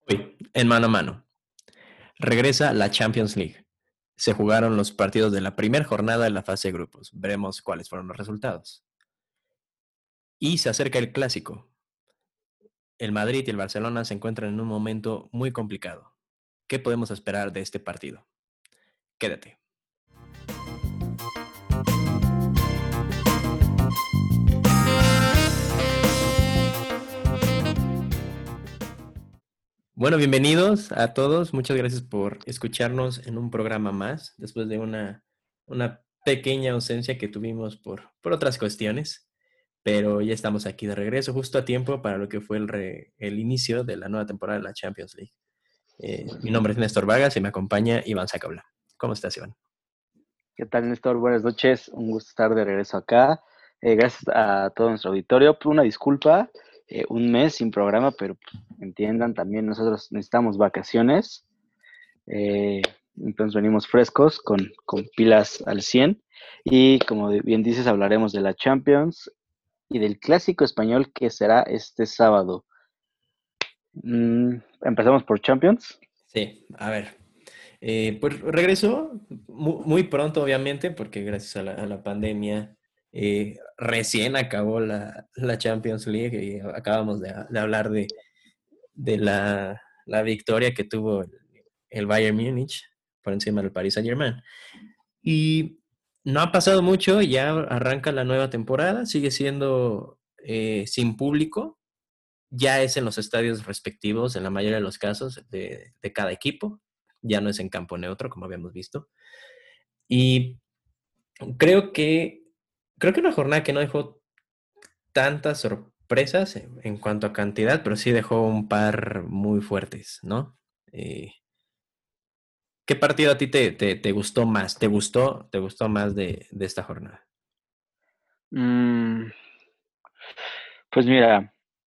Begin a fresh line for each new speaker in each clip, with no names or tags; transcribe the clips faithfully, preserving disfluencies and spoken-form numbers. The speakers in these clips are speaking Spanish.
Hoy, en mano a mano, regresa la Champions League. Se jugaron los partidos de la primera jornada de la fase de grupos. Veremos cuáles fueron los resultados. Y se acerca el clásico. El Madrid y el Barcelona se encuentran en un momento muy complicado. ¿Qué podemos esperar de este partido? Quédate. Bueno, bienvenidos a todos. Muchas gracias por escucharnos en un programa más, después de una, una pequeña ausencia que tuvimos por, por otras cuestiones. Pero ya estamos aquí de regreso, justo a tiempo para lo que fue el, re, el inicio de la nueva temporada de la Champions League. Eh, mi nombre es Néstor Vargas y me acompaña Iván Sacabla. ¿Cómo estás, Iván?
¿Qué tal, Néstor? Buenas noches, un gusto estar de regreso acá. Eh, gracias a todo nuestro auditorio. Una disculpa, eh, un mes sin programa, pero pues, entiendan, también nosotros necesitamos vacaciones. Eh, entonces venimos frescos, con, con pilas al cien. Y como bien dices, hablaremos de la Champions y del clásico español que será este sábado. Mm, Empezamos por Champions.
Sí, a ver. Eh, pues regresó muy, muy, pronto, obviamente, porque gracias a la, a la pandemia eh, recién acabó la, la, Champions League y acabamos de, de hablar de, de la, la, victoria que tuvo el, el Bayern Múnich por encima del Paris Saint-Germain. Y no ha pasado mucho, ya arranca la nueva temporada, sigue siendo eh, sin público, ya es en los estadios respectivos, en la mayoría de los casos, de, de cada equipo, ya no es en campo neutro, como habíamos visto. Y creo que, creo que una jornada que no dejó tantas sorpresas en, en cuanto a cantidad, pero sí dejó un par muy fuertes, ¿no? Eh, ¿Qué partido a ti te, te, te, gustó más? ¿Te gustó, te gustó más de, de esta jornada?
Mm, pues mira,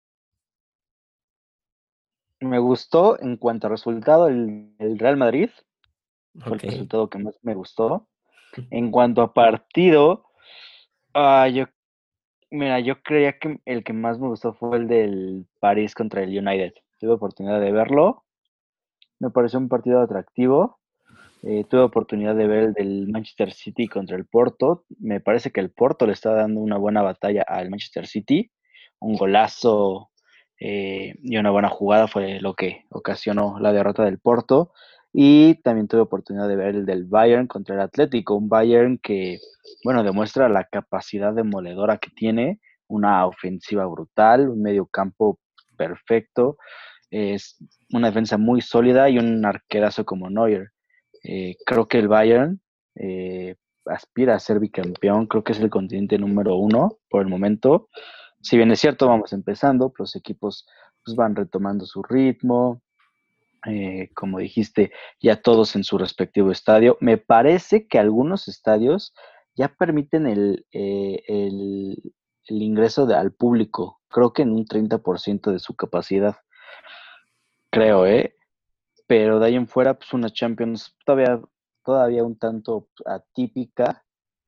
me gustó en cuanto a resultado el, el Real Madrid. Fue el
Ok.
resultado que más me gustó. En cuanto a partido, uh, yo, mira, yo creía que el que más me gustó fue el del París contra el United. Tuve oportunidad de verlo. Me pareció un partido atractivo. Eh, tuve oportunidad de ver el del Manchester City contra el Porto. Me parece que el Porto le está dando una buena batalla al Manchester City. Un golazo eh, y una buena jugada fue lo que ocasionó la derrota del Porto. Y también tuve oportunidad de ver el del Bayern contra el Atlético. Un Bayern que, bueno, demuestra la capacidad demoledora que tiene. Una ofensiva brutal, un medio campo perfecto. Es una defensa muy sólida y un arquerazo como Neuer. Eh, creo que el Bayern eh, aspira a ser bicampeón, creo que es el continente número uno por el momento. Si bien es cierto, vamos empezando, los equipos pues, van retomando su ritmo, eh, como dijiste, ya todos en su respectivo estadio. Me parece que algunos estadios ya permiten el, eh, el, el ingreso de, al público, creo que en un treinta por ciento de su capacidad, creo, ¿eh? Pero de ahí en fuera, pues una Champions todavía, todavía un tanto atípica,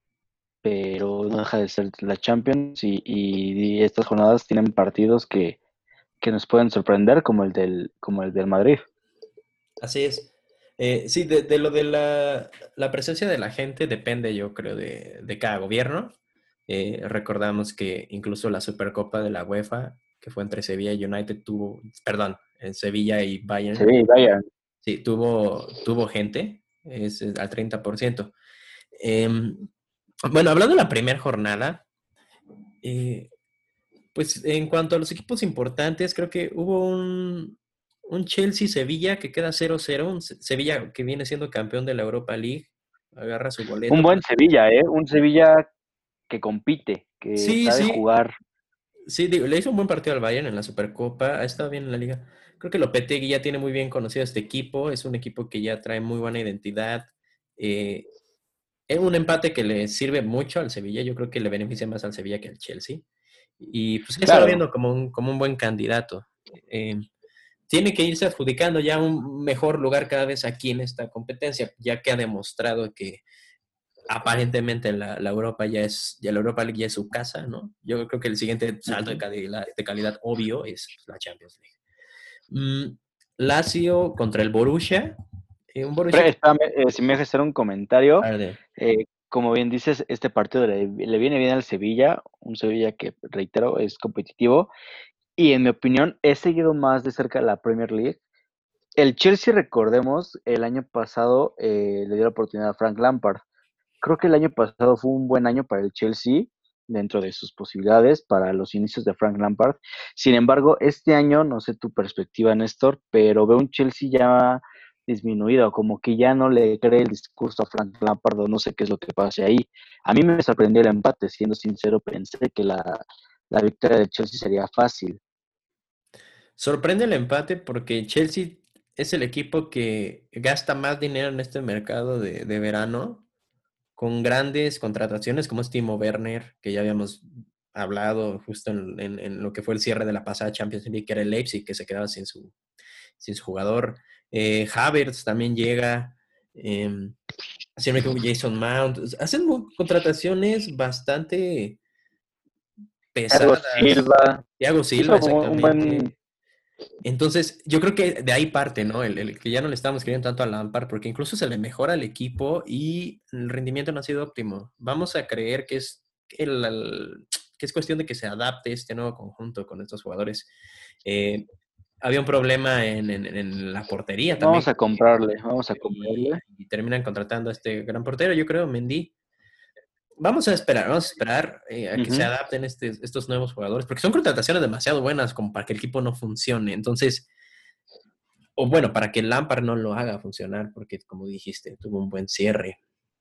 pero no deja de ser la Champions y, y, y estas jornadas tienen partidos que, que, nos pueden sorprender como el del, como el del Madrid.
Así es. Eh, sí, de, de, lo de la, la, presencia de la gente depende, yo creo, de, de cada gobierno. Eh, recordamos que incluso la Supercopa de la UEFA, que fue entre Sevilla y United, tuvo, perdón, en Sevilla y Bayern,
Sí, vaya.
sí, tuvo, tuvo gente, es, es al treinta por ciento. Eh, bueno, hablando de la primera jornada, eh, pues en cuanto a los equipos importantes, creo que hubo un, un Chelsea-Sevilla que queda cero cero, un Sevilla que viene siendo campeón de la Europa League, agarra su
Un
boleto.
buen Sevilla, ¿eh? Un Sevilla que compite, que
Sí,
sabe
sí,
jugar.
sí, digo, le hizo un buen partido al Bayern en la Supercopa, ha estado bien en la liga. Creo que Lopetegui ya tiene muy bien conocido a este equipo, es un equipo que ya trae muy buena identidad. Eh, es un empate que le sirve mucho al Sevilla, yo creo que le beneficia más al Sevilla que al Chelsea. Y pues ya se va
Claro.
viendo como un, como un buen candidato. Eh, tiene que irse adjudicando ya un mejor lugar cada vez aquí en esta competencia, ya que ha demostrado que aparentemente la, la Europa ya es, ya la Europa League ya es su casa, ¿no? Yo creo que el siguiente salto de
Uh-huh.
calidad, de calidad obvio es pues, la Champions League. Mm, Lazio contra el Borussia. Eh, un
Pero,
Borussia que...
espérame, eh, si me dejas hacer un comentario,
Arde.
eh, como bien dices, este partido le, le viene bien al Sevilla, un Sevilla que, reitero, es competitivo, y en mi opinión he seguido más de cerca la Premier League. El Chelsea, recordemos, el año pasado eh, le dio la oportunidad a Frank Lampard. Creo que el año pasado fue un buen año para el Chelsea, dentro de sus posibilidades, para los inicios de Frank Lampard. Sin embargo, este año, no sé tu perspectiva, Néstor, pero veo un Chelsea ya disminuido, como que ya no le cree el discurso a Frank Lampard, o no sé qué es lo que pase ahí. A mí me sorprendió el empate, siendo sincero, pensé que la, la victoria de Chelsea sería fácil.
Sorprende el empate porque Chelsea es el equipo que gasta más dinero en este mercado de, de verano, con grandes contrataciones como es Timo Werner, que ya habíamos hablado justo en, en- en lo que fue el cierre de la pasada Champions League, que era el Leipzig, que se quedaba sin su, sin su jugador. Eh, Havertz también llega. Eh, si no me equivoco, Jason Mount. Hacen mu- contrataciones bastante
Thiago
pesadas.
Silva
Thiago Silva,
hizo un, un buen.
exactamente. Entonces, yo creo que de ahí parte, ¿no? El, el que ya no le estamos creyendo tanto a Lampard, porque incluso se le mejora el equipo y el rendimiento no ha sido óptimo. Vamos a creer que es, el, el- que es cuestión de que se adapte este nuevo conjunto con estos jugadores. Eh, Había un problema en, en- en la portería también
Vamos a
con
comprarle, vamos a
y,
comprarle.
y terminan contratando a este gran portero, yo creo, Mendy. Vamos a esperar, vamos a esperar eh, a que se
Ujú.
adapten este- estos nuevos jugadores, porque son contrataciones demasiado buenas como para que el equipo no funcione. Entonces, o bueno, para que Lampard no lo haga funcionar, porque como dijiste, tuvo un buen cierre.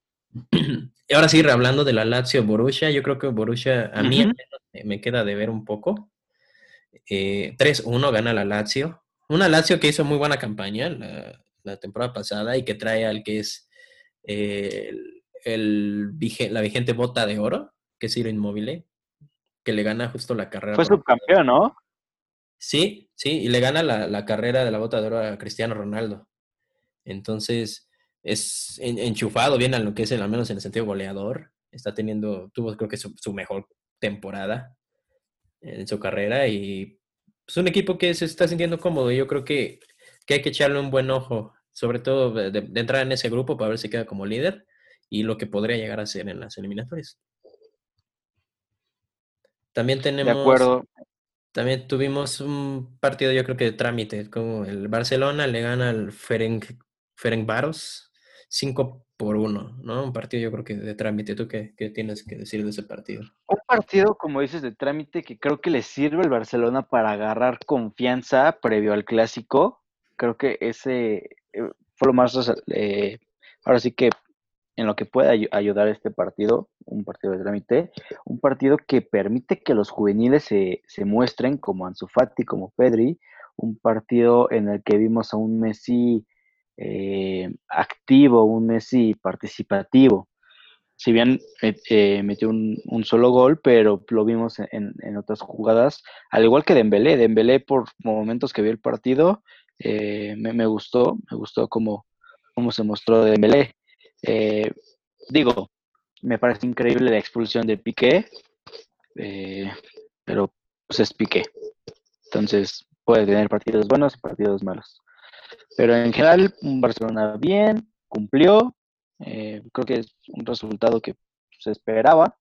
Y ahora sí, hablando de la Lazio Borussia, yo creo que Borussia a mí al
Ujú.
menos me me queda de ver un poco. Eh, tres uno gana la Lazio. Una Lazio que hizo muy buena campaña la, la temporada pasada y que trae al que es eh, el, el vige- la vigente bota de oro, que es Ciro Immobile, que le gana justo la carrera
Fue
por...
subcampeón, ¿no?
Sí, sí, y le gana la, la carrera de la bota de oro a Cristiano Ronaldo. Entonces, es en- enchufado bien a lo que es, el, al menos en el sentido goleador. Está teniendo, tuvo creo que su, su mejor temporada en su carrera y es un equipo que se está sintiendo cómodo. Yo creo que, que hay que echarle un buen ojo, sobre todo de, de- de entrar en ese grupo para ver si queda como líder y lo que podría llegar a ser en las eliminatorias. También
De
tenemos,
acuerdo.
también tuvimos un partido, yo creo que de trámite, como el Barcelona le gana al Ferenc, Ferencváros cinco por uno, ¿no? Un partido yo creo que de trámite. ¿Tú qué, qué tienes que decir de ese partido?
Un partido, como dices, de trámite que creo que le sirve al Barcelona para agarrar confianza previo al clásico. Creo que ese eh, fue lo más, resa- eh, ahora sí que en lo que puede ay- ayudar este partido, un partido de trámite, un partido que permite que los juveniles se, se muestren como Ansu Fati, como Pedri, un partido en el que vimos a un Messi eh, activo, un Messi participativo. Si bien eh, eh, metió un, un solo gol, pero lo vimos en, en otras jugadas, al igual que Dembélé. Dembélé, por momentos que vi el partido, eh, me, me gustó, me gustó cómo, cómo se mostró Dembélé. Eh, Digo, me parece increíble la expulsión de Piqué, eh, pero pues es Piqué. Entonces puede tener partidos buenos y partidos malos. Pero en general, un Barcelona bien, cumplió. Eh, creo que es un resultado que se esperaba.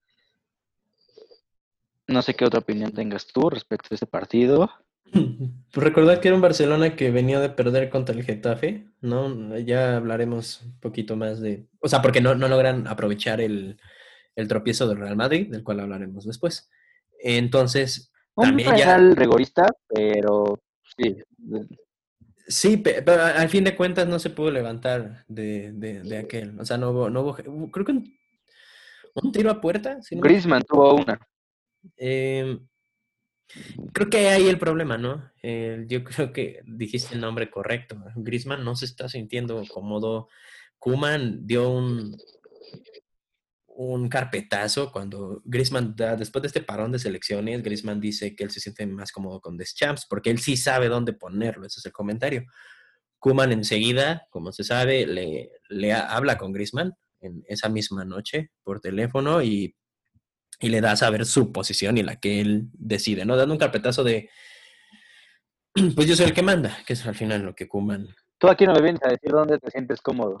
No sé qué otra opinión tengas tú respecto a este partido.
Pues recordar que era un Barcelona que venía de perder contra el Getafe, ¿no? Ya hablaremos un poquito más de... O sea, porque no, no logran aprovechar el, el tropiezo del Real Madrid, del cual hablaremos después. Entonces,
Un
también ya...
penal rigorista, pero sí.
Sí, pe- pero al fin de cuentas no se pudo levantar de, de, de aquel. O sea, no hubo, no hubo... Creo que un, un tiro a puerta, si no me equivoco.
Griezmann tuvo una.
Eh, Creo que ahí el problema, ¿no? Eh, yo creo que dijiste el nombre correcto. Griezmann no se está sintiendo cómodo. Koeman dio un, un carpetazo cuando Griezmann, da- después de este parón de selecciones, Griezmann dice que él se siente más cómodo con Deschamps porque él sí sabe dónde ponerlo. Ese es el comentario. Koeman enseguida, como se sabe, le, le ha- habla con Griezmann en esa misma noche por teléfono y, y le da a saber su posición y la que él decide, ¿no? Dando un carpetazo de Pues yo soy el que manda, que es al final lo que Koeman.
Tú aquí no me vienes a decir dónde te sientes cómodo.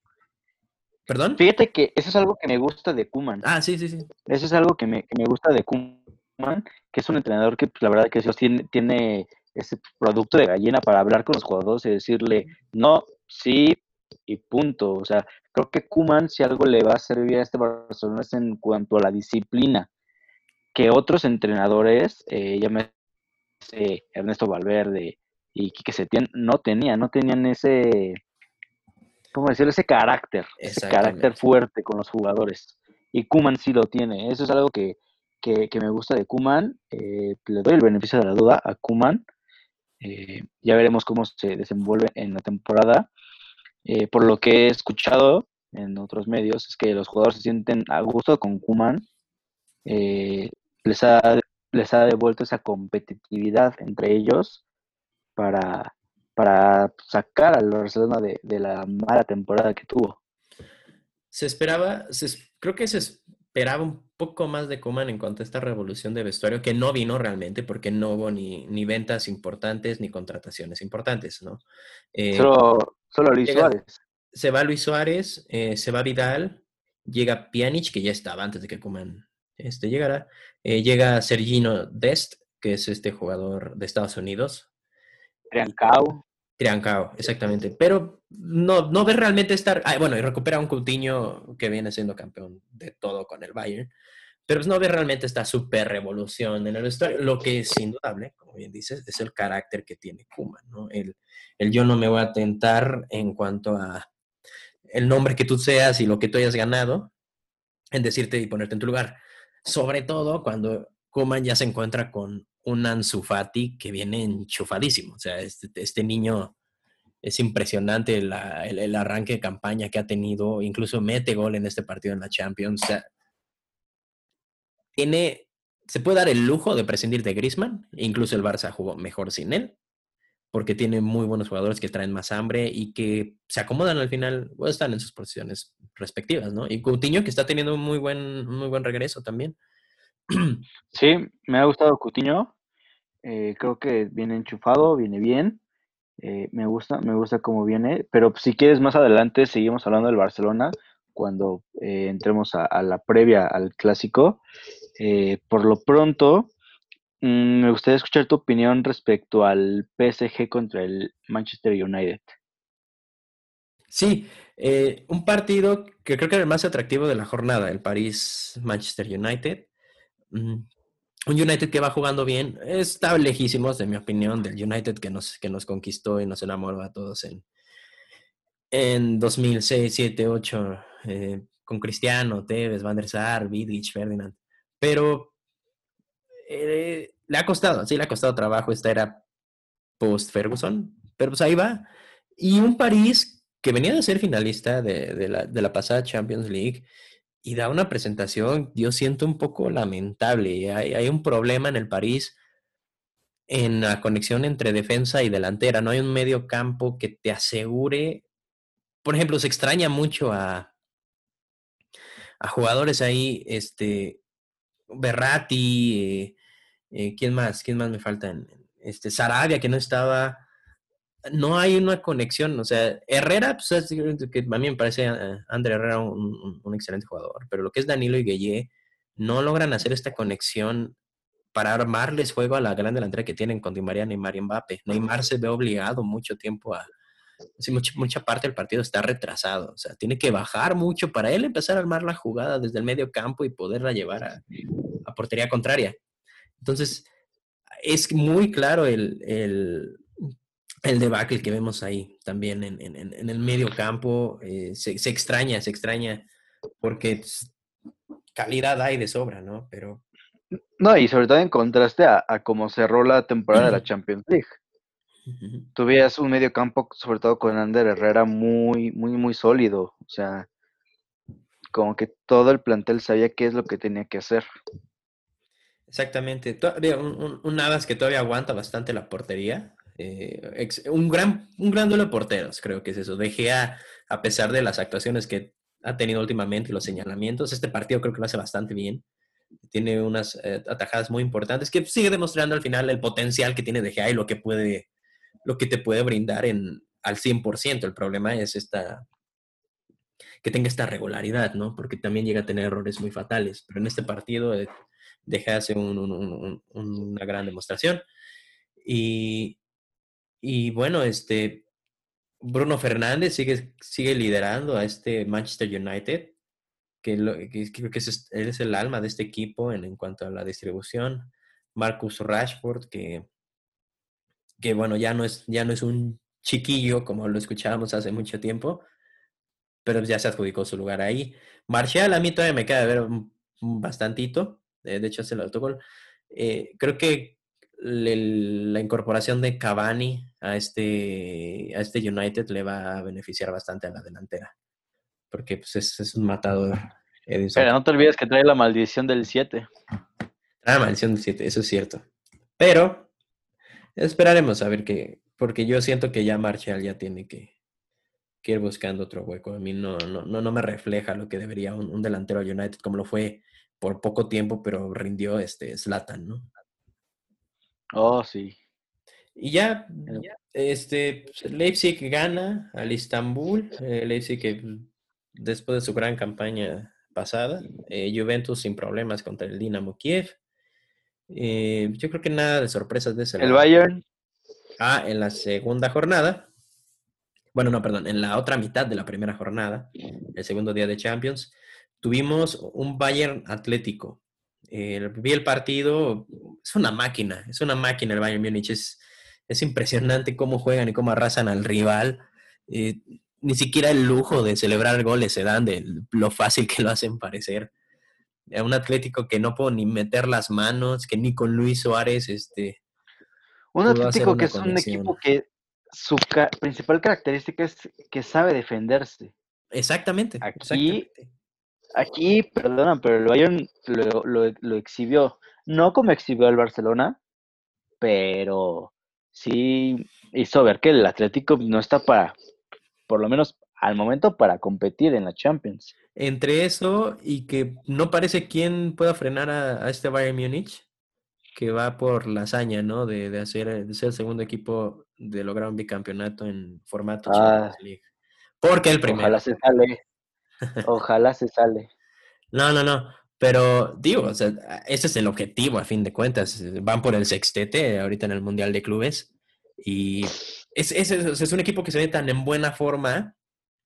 ¿Perdón?
Fíjate que eso es algo que me gusta de Koeman.
Ah, sí, sí, sí.
Eso es algo que me, que me gusta de Koeman, que es un entrenador que, pues, la verdad que sí tiene, tiene ese producto de gallina para hablar con los jugadores y decirle no, sí y punto. O sea, creo que Koeman, si algo le va a servir a este Barcelona es en cuanto a la disciplina, que otros entrenadores, eh, llámese Ernesto Valverde y Quique Setién, no tenían, no tenían ese, ¿cómo decirlo? Ese carácter, ese carácter
Exactamente.
fuerte con los jugadores. Y Kuman sí lo tiene. Eso es algo que, que, que me gusta de Kuman. Eh, le doy el beneficio de la duda a Kuman. Eh, ya veremos cómo se desenvuelve en la temporada. Eh, por lo que he escuchado en otros medios, es que los jugadores se sienten a gusto con Kuman. Eh, les, ha, les ha devuelto esa competitividad entre ellos para, para sacar al Barcelona de, de la mala temporada que tuvo.
Se esperaba, se, creo que se esperaba un poco más de Koeman en cuanto a esta revolución de vestuario, que no vino realmente, porque no hubo ni, ni ventas importantes ni contrataciones importantes, ¿no? Eh,
Solo, solo Luis
llega,
Suárez.
se va Luis Suárez, eh, se va Vidal, llega Pjanic, que ya estaba antes de que Koeman este, llegara, eh, llega Sergino Dest, que es este jugador de Estados Unidos, y
Triancao.
Triancao, exactamente. Pero no, no ves realmente estar. Ah, bueno, y recupera un Coutinho que viene siendo campeón de todo con el Bayern. Pero pues no ves realmente esta super revolución en el vestuario. Lo que es indudable, como bien dices, es el carácter que tiene Koeman, ¿no? El, el yo no me voy a tentar en cuanto a el nombre que tú seas y lo que tú hayas ganado, en decirte y ponerte en tu lugar. Sobre todo cuando Koeman ya se encuentra con un Ansu Fati que viene enchufadísimo. O sea, este, este niño es impresionante la, el, el, arranque de campaña que ha tenido, incluso mete gol en este partido en la Champions. O sea, tiene, se puede dar el lujo de prescindir de Griezmann, incluso el Barça jugó mejor sin él, porque tiene muy buenos jugadores que traen más hambre y que se acomodan al final, o están en sus posiciones respectivas, ¿no? Y Coutinho que está teniendo un muy buen, muy buen regreso también.
Sí, me ha gustado Coutinho. Eh, creo que viene enchufado, viene bien. Eh, me gusta, me gusta cómo viene. Pero si quieres más adelante seguimos hablando del Barcelona cuando eh, entremos a, a, la previa al clásico. Eh, por lo pronto, mmm, me gustaría escuchar tu opinión respecto al P S G contra el Manchester United.
Sí, eh, un partido que creo que era el más atractivo de la jornada, el París-Manchester United. Mm, un United que va jugando bien, está lejísimos, de mi opinión, del United que nos, que nos conquistó y nos enamoró a todos en, en dos mil seis, siete, ocho, eh, con Cristiano, Tevez, Van der Sar, Vidic, Ferdinand. Pero eh, le ha costado, sí, le ha costado trabajo esta era post-Ferguson, pero pues ahí va. Y un París que venía de ser finalista de, de, la, de la pasada Champions League y da una presentación, yo siento un poco lamentable. Hay, hay un problema en el París en la conexión entre defensa y delantera. No hay un medio campo que te asegure. Por ejemplo, se extraña mucho a, a jugadores ahí, este, Berratti, eh, eh, ¿quién más? ¿Quién más me falta? Este, Sarabia, que no estaba. No hay una conexión, o sea, Herrera, pues, es, que a mí me parece uh, André Herrera un, un, un, excelente jugador, pero lo que es Danilo y Gueye no logran hacer esta conexión para armarles juego a la gran delantera que tienen con Di María, Neymar y Mbappé. Neymar se ve obligado mucho tiempo a, sí, mucha, mucha parte del partido está retrasado, o sea, tiene que bajar mucho para él empezar a armar la jugada desde el medio campo y poderla llevar a, a portería contraria. Entonces, es muy claro el, el, el debacle que vemos ahí también en, en, en el medio campo. Eh, se, se, extraña, se extraña, porque pues, calidad hay de sobra, ¿no? Pero.
No, y sobre todo en contraste a, a cómo cerró la temporada de la Champions League.
Uh-huh.
Tuvieras un medio campo, sobre todo con Ander Herrera, muy, muy, muy sólido. O sea, como que todo el plantel sabía qué es lo que tenía que hacer.
Exactamente. Todavía un, un, un Navas que todavía aguanta bastante la portería. Eh, ex, un, gran, un gran duelo de porteros, creo que es eso. De Gea, a pesar de las actuaciones que ha tenido últimamente y los señalamientos, este partido creo que lo hace bastante bien. tiene unas eh, atajadas muy importantes que sigue demostrando al final el potencial que tiene De Gea y lo que puede, lo que te puede brindar en, al cien por ciento. El problema es esta, que tenga esta regularidad, ¿no? Porque también llega a tener errores muy fatales. Pero en este partido eh, De Gea hace un, un, un, una gran demostración. Y, y bueno, este, Bruno Fernández sigue, sigue liderando a este Manchester United, que, lo, que creo que es, él es el alma de este equipo en, en cuanto a la distribución. Marcus Rashford, que, que bueno, ya no, es, ya no es un chiquillo como lo escuchábamos hace mucho tiempo, pero ya se adjudicó su lugar ahí. Martial a mí todavía me queda de ver un, un bastantito, eh, de hecho hace el autogol. Eh, creo que le, la incorporación de Cavani a este, a este United le va a beneficiar bastante a la delantera, porque pues, es, es un matador. Edinson.
Pero no te olvides que trae la maldición del siete.
Ah, maldición del siete, eso es cierto. Pero esperaremos a ver qué, porque yo siento que ya Martial ya tiene que, que ir buscando otro hueco. A mí no, no, no, no me refleja lo que debería un, un delantero United, como lo fue por poco tiempo, pero rindió este Zlatan, ¿no?
Oh, sí.
Y ya, este, Leipzig gana al Istanbul. Eh, Leipzig que después de su gran campaña pasada, eh, Juventus sin problemas contra el Dinamo Kiev. Eh, yo creo que nada de sorpresas de ese
El
lado.
Bayern.
Ah, en la segunda jornada, bueno, no, perdón, en la otra mitad de la primera jornada, el segundo día de Champions, tuvimos un Bayern Atlético. Eh, vi el partido, es una máquina, es una máquina el Bayern Múnich, es, es impresionante cómo juegan y cómo arrasan al rival. Eh, ni siquiera el lujo de celebrar goles se dan de lo fácil que lo hacen parecer. A un Atlético que no puedo ni meter las manos, que ni con Luis Suárez este,
Un
pudo hacer
Atlético que
una
es un
conexión.
equipo que su ca- principal característica es que sabe defenderse.
Exactamente,
Aquí,
exactamente.
aquí, perdona, pero el Bayern lo, lo, lo exhibió. No como exhibió el Barcelona, pero sí hizo ver que el Atlético no está para, por lo menos al momento, para competir en la Champions.
Entre eso y que no parece quién pueda frenar a, a este Bayern Múnich, que va por la hazaña, ¿no? De, de, hacer, de ser el segundo equipo de lograr un bicampeonato en formato
Ah,
Champions League. Porque el
ojalá
primero.
se sale, ojalá se sale.
No, no, no. Pero digo, o sea, ese es el objetivo a fin de cuentas. Van por el sextete ahorita en el Mundial de Clubes. Y es, es, es, es un equipo que se ve tan en buena forma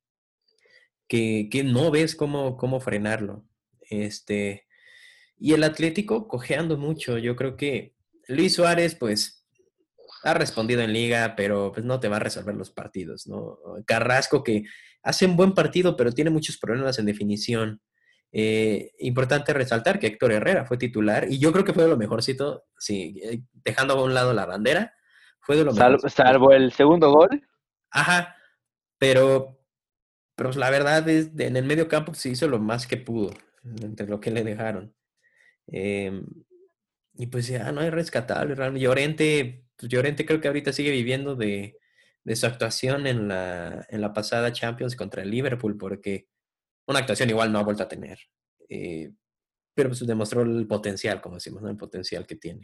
que, que no ves cómo, cómo frenarlo. Este, y el Atlético cojeando mucho. Yo creo que Luis Suárez, pues, ha respondido en liga, pero pues no te va a resolver los partidos, ¿no? Carrasco, que hace un buen partido, pero tiene muchos problemas en definición. Eh, importante resaltar que Héctor Herrera fue titular y yo creo que fue de lo mejorcito, sí, eh, dejando a un lado la bandera, fue de lo
Sal-
mejorcito que
salvo
jugó.
el segundo gol.
Ajá, pero, pero la verdad es, en el medio campo se hizo lo más que pudo, entre lo que le dejaron. Eh, y pues ya no hay rescatable. Realmente Llorente, pues Llorente creo que ahorita sigue viviendo de, de su actuación en la, en la pasada Champions contra el Liverpool, porque una actuación igual no ha vuelto a tener. Eh, pero pues demostró el potencial, como decimos, ¿no? El potencial que tiene.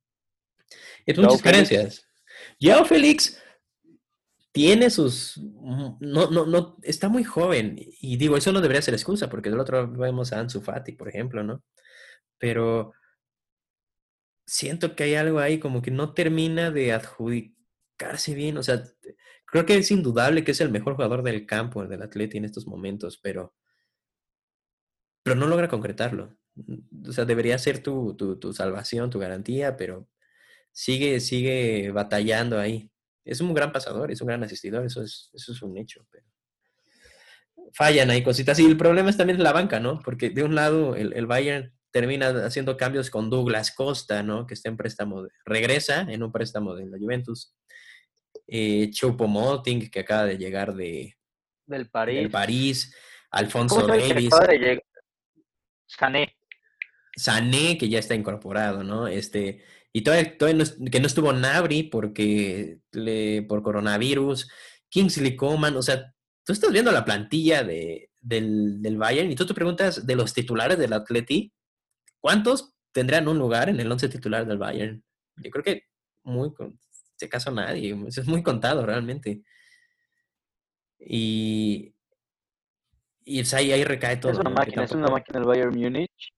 Y pues
Joe
muchas
Félix.
carencias. Joao Félix tiene sus... No, no, no, está muy joven. Y digo, eso no debería ser excusa, porque del otro lado vemos a Ansu Fati, por ejemplo, ¿no? Pero siento que hay algo ahí como que no termina de adjudicarse bien. O sea, creo que es indudable que es el mejor jugador del campo, del Atleti en estos momentos, pero, pero no logra concretarlo. O sea, debería ser tu, tu, tu salvación, tu garantía, pero sigue, sigue batallando ahí. Es un gran pasador, es un gran asistidor, eso es, eso es un hecho, pero fallan ahí cositas. Y el problema es también la banca, ¿no? Porque de un lado el, el Bayern termina haciendo cambios con Douglas Costa, ¿no? Que está en préstamo, de, regresa en un préstamo de la Juventus. Eh, Choupo-Moting, que acaba de llegar de,
Del
del
París.
París.
¿Cómo
Alfonso
se llama el que
Davis.
acaba de llegar? Sané.
Sané, que ya está incorporado, ¿no? Este, y todavía, todavía no, que no estuvo Nabri porque le, por coronavirus. Kingsley Coman, o sea, tú estás viendo la plantilla de, del, del Bayern y tú te preguntas de los titulares del Atleti, ¿cuántos tendrían un lugar en el once titular del Bayern? Yo creo que muy, si acaso nadie, eso es muy contado realmente. Y, y pues ahí, ahí recae
Es
todo,
una
¿no? Que
máquina, es una
tampoco...
máquina el Bayern Múnich.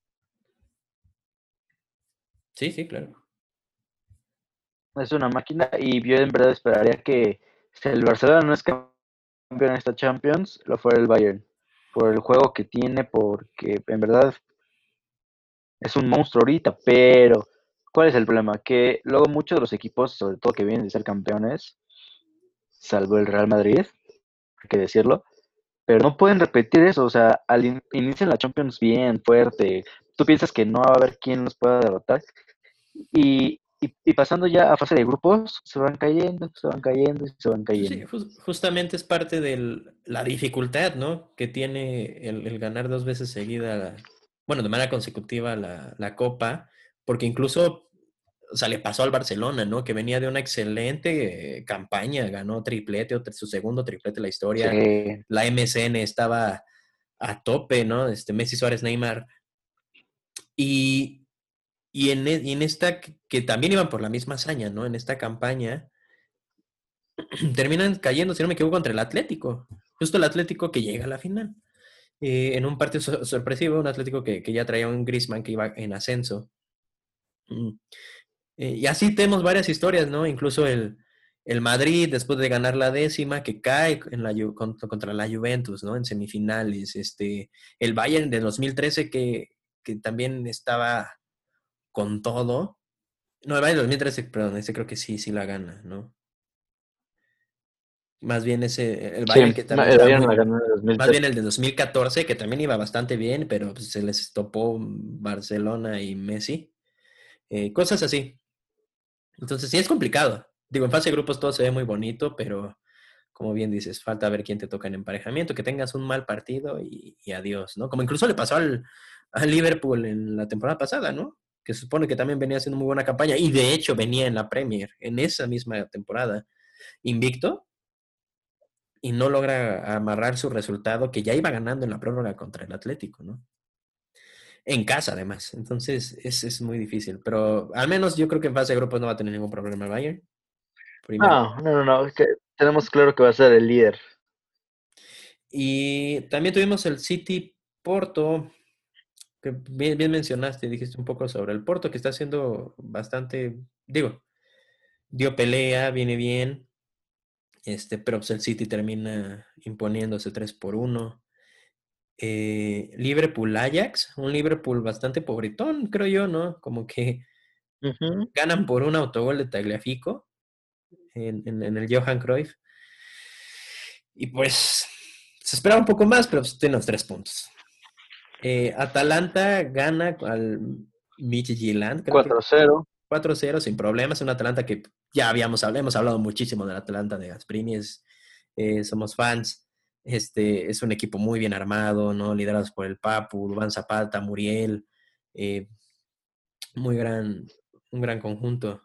Sí, sí, claro.
Es una máquina y yo en verdad esperaría que si el Barcelona no es campeón en esta Champions, lo fuera el Bayern. Por el juego que tiene, porque en verdad es un monstruo ahorita, pero ¿cuál es el problema? Que luego muchos de los equipos, sobre todo que vienen de ser campeones, salvo el Real Madrid, hay que decirlo, pero no pueden repetir eso, o sea, al in inician la Champions bien, fuerte, tú piensas que no va a haber quien los pueda derrotar, y, y, y pasando ya a fase de grupos, se van cayendo, se van cayendo y se van
Pues sí,
cayendo.
jus- justamente es parte de la dificultad, ¿no? Que tiene el, el ganar dos veces seguida, la- bueno, de manera consecutiva la, la Copa, porque incluso, o sea, le pasó al Barcelona, ¿no? Que venía de una excelente eh, campaña, ganó triplete, o su segundo triplete en la historia,
Sí,
la M S N estaba a tope, ¿no? Este, Messi, Suárez, Neymar, y, y, en, e- y en esta, que que también iban por la misma hazaña, ¿no? En esta campaña terminan cayendo, si no me equivoco, contra el Atlético. Justo el Atlético que llega a la final. Eh, en un partido so- sorpresivo, un Atlético que, que ya traía un Griezmann que iba en ascenso. Mm. Eh, y así tenemos varias historias, ¿no? Incluso el, el Madrid, después de ganar la décima, que cae en la, Ju- contra, contra la Juventus, ¿no? En semifinales. Este, el Bayern de dos mil trece que, que también estaba con todo. No, el Bayern de dos mil trece, perdón, ese creo que sí, sí la gana, ¿no? Más bien ese, el
sí,
Bayern que
no,
también
el
estaba
Bayern
muy,
la ganó en el
más bien
dos mil trece.
el de dos mil catorce, que también iba bastante bien, pero pues, se les topó Barcelona y Messi. Eh, cosas así. Entonces sí es complicado. Digo, en fase de grupos todo se ve muy bonito, pero como bien dices, falta ver quién te toca en emparejamiento, que tengas un mal partido y, y adiós, ¿no? Como incluso le pasó al, al Liverpool en la temporada pasada, ¿no? Que se supone que también venía haciendo muy buena campaña y de hecho venía en la Premier en esa misma temporada invicto y no logra amarrar su resultado que ya iba ganando en la prórroga contra el Atlético, ¿no? En casa, además. Entonces, es, es muy difícil. Pero al menos yo creo que en fase de grupos no va a tener ningún problema el Bayern. Primero.
No, no, no, no, es que tenemos claro que va a ser el líder.
Y también tuvimos el City Porto, que bien, bien mencionaste, dijiste un poco sobre el Porto, que está haciendo bastante, digo, dio pelea, viene bien, este, pero pues el City termina imponiéndose tres por uno. Eh, Liverpool Ajax, un Liverpool bastante pobretón, creo yo, ¿no? Como que
Ujú.
ganan por un autogol de Tagliafico en, en, en el Johan Cruyff. Y pues se esperaba un poco más, pero pues, tiene los tres puntos. Eh, Atalanta gana al Midtjylland, creo que
cuatro cero.
cuatro cero sin problemas. Un Atalanta que ya habíamos hablado, hemos hablado muchísimo del Atalanta de Gasperini, es, eh, somos fans. Este es un equipo muy bien armado, ¿no? Liderados por el Papu, Duván Zapata, Muriel, eh, muy gran, un gran conjunto.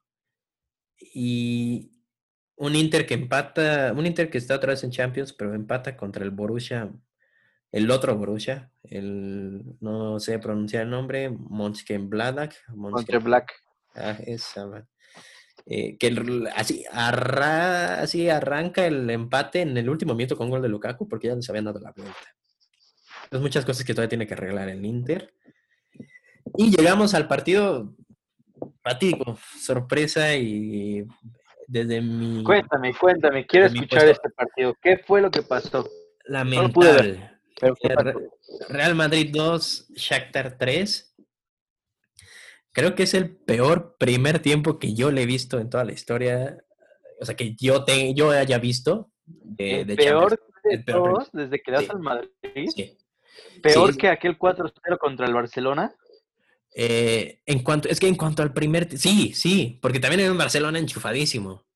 Y un Inter que empata, un Inter que está otra vez en Champions, pero empata contra el Borussia, el otro Borussia, el, no sé pronunciar el nombre, Mönchengladbach,
Contra
Mönchen,
Black.
ah, esa, eh, que el- así, arra, así arranca el empate en el último minuto con gol de Lukaku, porque ya les habían dado la vuelta. Entonces muchas cosas que todavía tiene que arreglar el Inter. Y llegamos al partido fatídico, sorpresa y desde mi,
Cuéntame, cuéntame, quiero
desde mi
escuchar
puesto
este partido. ¿Qué fue lo que pasó? No lo pude ver,
lamentable.
pero ¿qué pasó?
El Real Madrid dos, Shakhtar tres. Creo que es el peor primer tiempo que yo le he visto en toda la historia. O sea, que yo, te, yo haya visto de,
El
de Champions.
peor de
El peor primer.
todos, desde que le das
Sí,
al Madrid,
sí.
peor
Sí.
que aquel cuatro cero contra el Barcelona.
Eh, en cuanto, es que en cuanto al primer. Sí, sí, porque también en Barcelona enchufadísimo.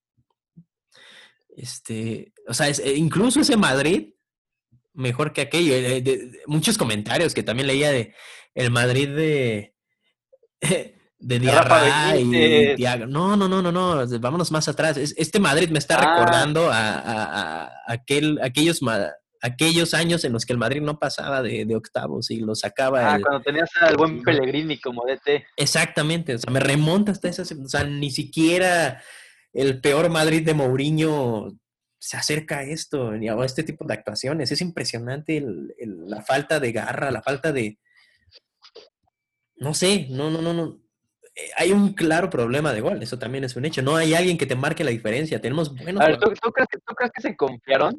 Este, o sea, es, eh, incluso ese Madrid mejor que aquello. Eh, de- de- muchos comentarios que también leía de el Madrid de, de
De Rafa
Diarra y
Benítez.
Thiago. No, no, no, no, no. Vámonos más atrás. Es- este Madrid me está
Ah,
recordando a, a- a aquel, aquellos, ma- aquellos años en los que el Madrid no pasaba de, de octavos y lo sacaba
Ah,
el...
cuando tenías al buen Pellegrini como D T.
Exactamente, o sea, me remonta hasta esas... O sea, ni siquiera el peor Madrid de Mourinho se acerca a esto, ni a este tipo de actuaciones. Es impresionante el, el, la falta de garra, la falta de... No sé, no, no, no, no. Eh, hay un claro problema de gol, eso también es un hecho. No hay alguien que te marque la diferencia. Tenemos buenos
A ver, ¿tú,
jugadores.
tú crees que, ¿tú crees que se confiaron?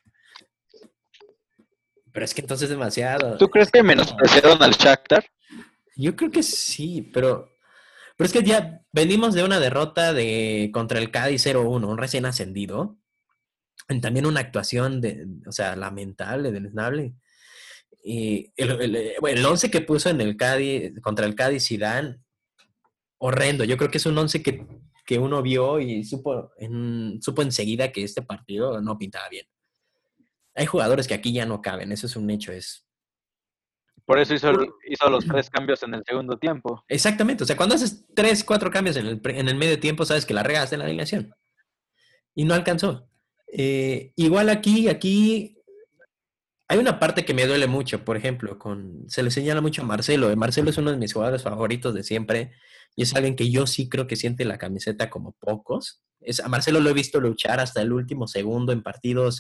Pero es que entonces es demasiado.
¿Tú crees que menospreciaron al Shakhtar?
Yo creo que sí, pero, pero es que ya venimos de una derrota de contra el Cádiz cero uno, un recién ascendido. Y también una actuación de, o sea, lamentable, deleznable. Y el, el, bueno, el once que puso en el Cádiz, contra el Cádiz Zidane, horrendo. Yo creo que es un once que, que uno vio y supo, en, supo enseguida que este partido no pintaba bien. Hay jugadores que aquí ya no caben, eso es un hecho. Es
Por eso hizo, hizo los tres cambios en el segundo tiempo.
exactamente, o sea, cuando haces tres, cuatro cambios en el, en el medio tiempo, sabes que la regaste en la alineación. Y no alcanzó. Eh, igual aquí, aquí hay una parte que me duele mucho, por ejemplo, con se le señala mucho a Marcelo. Marcelo es uno de mis jugadores favoritos de siempre y es alguien que yo sí creo que siente la camiseta como pocos. Es, a Marcelo lo he visto luchar hasta el último segundo en partidos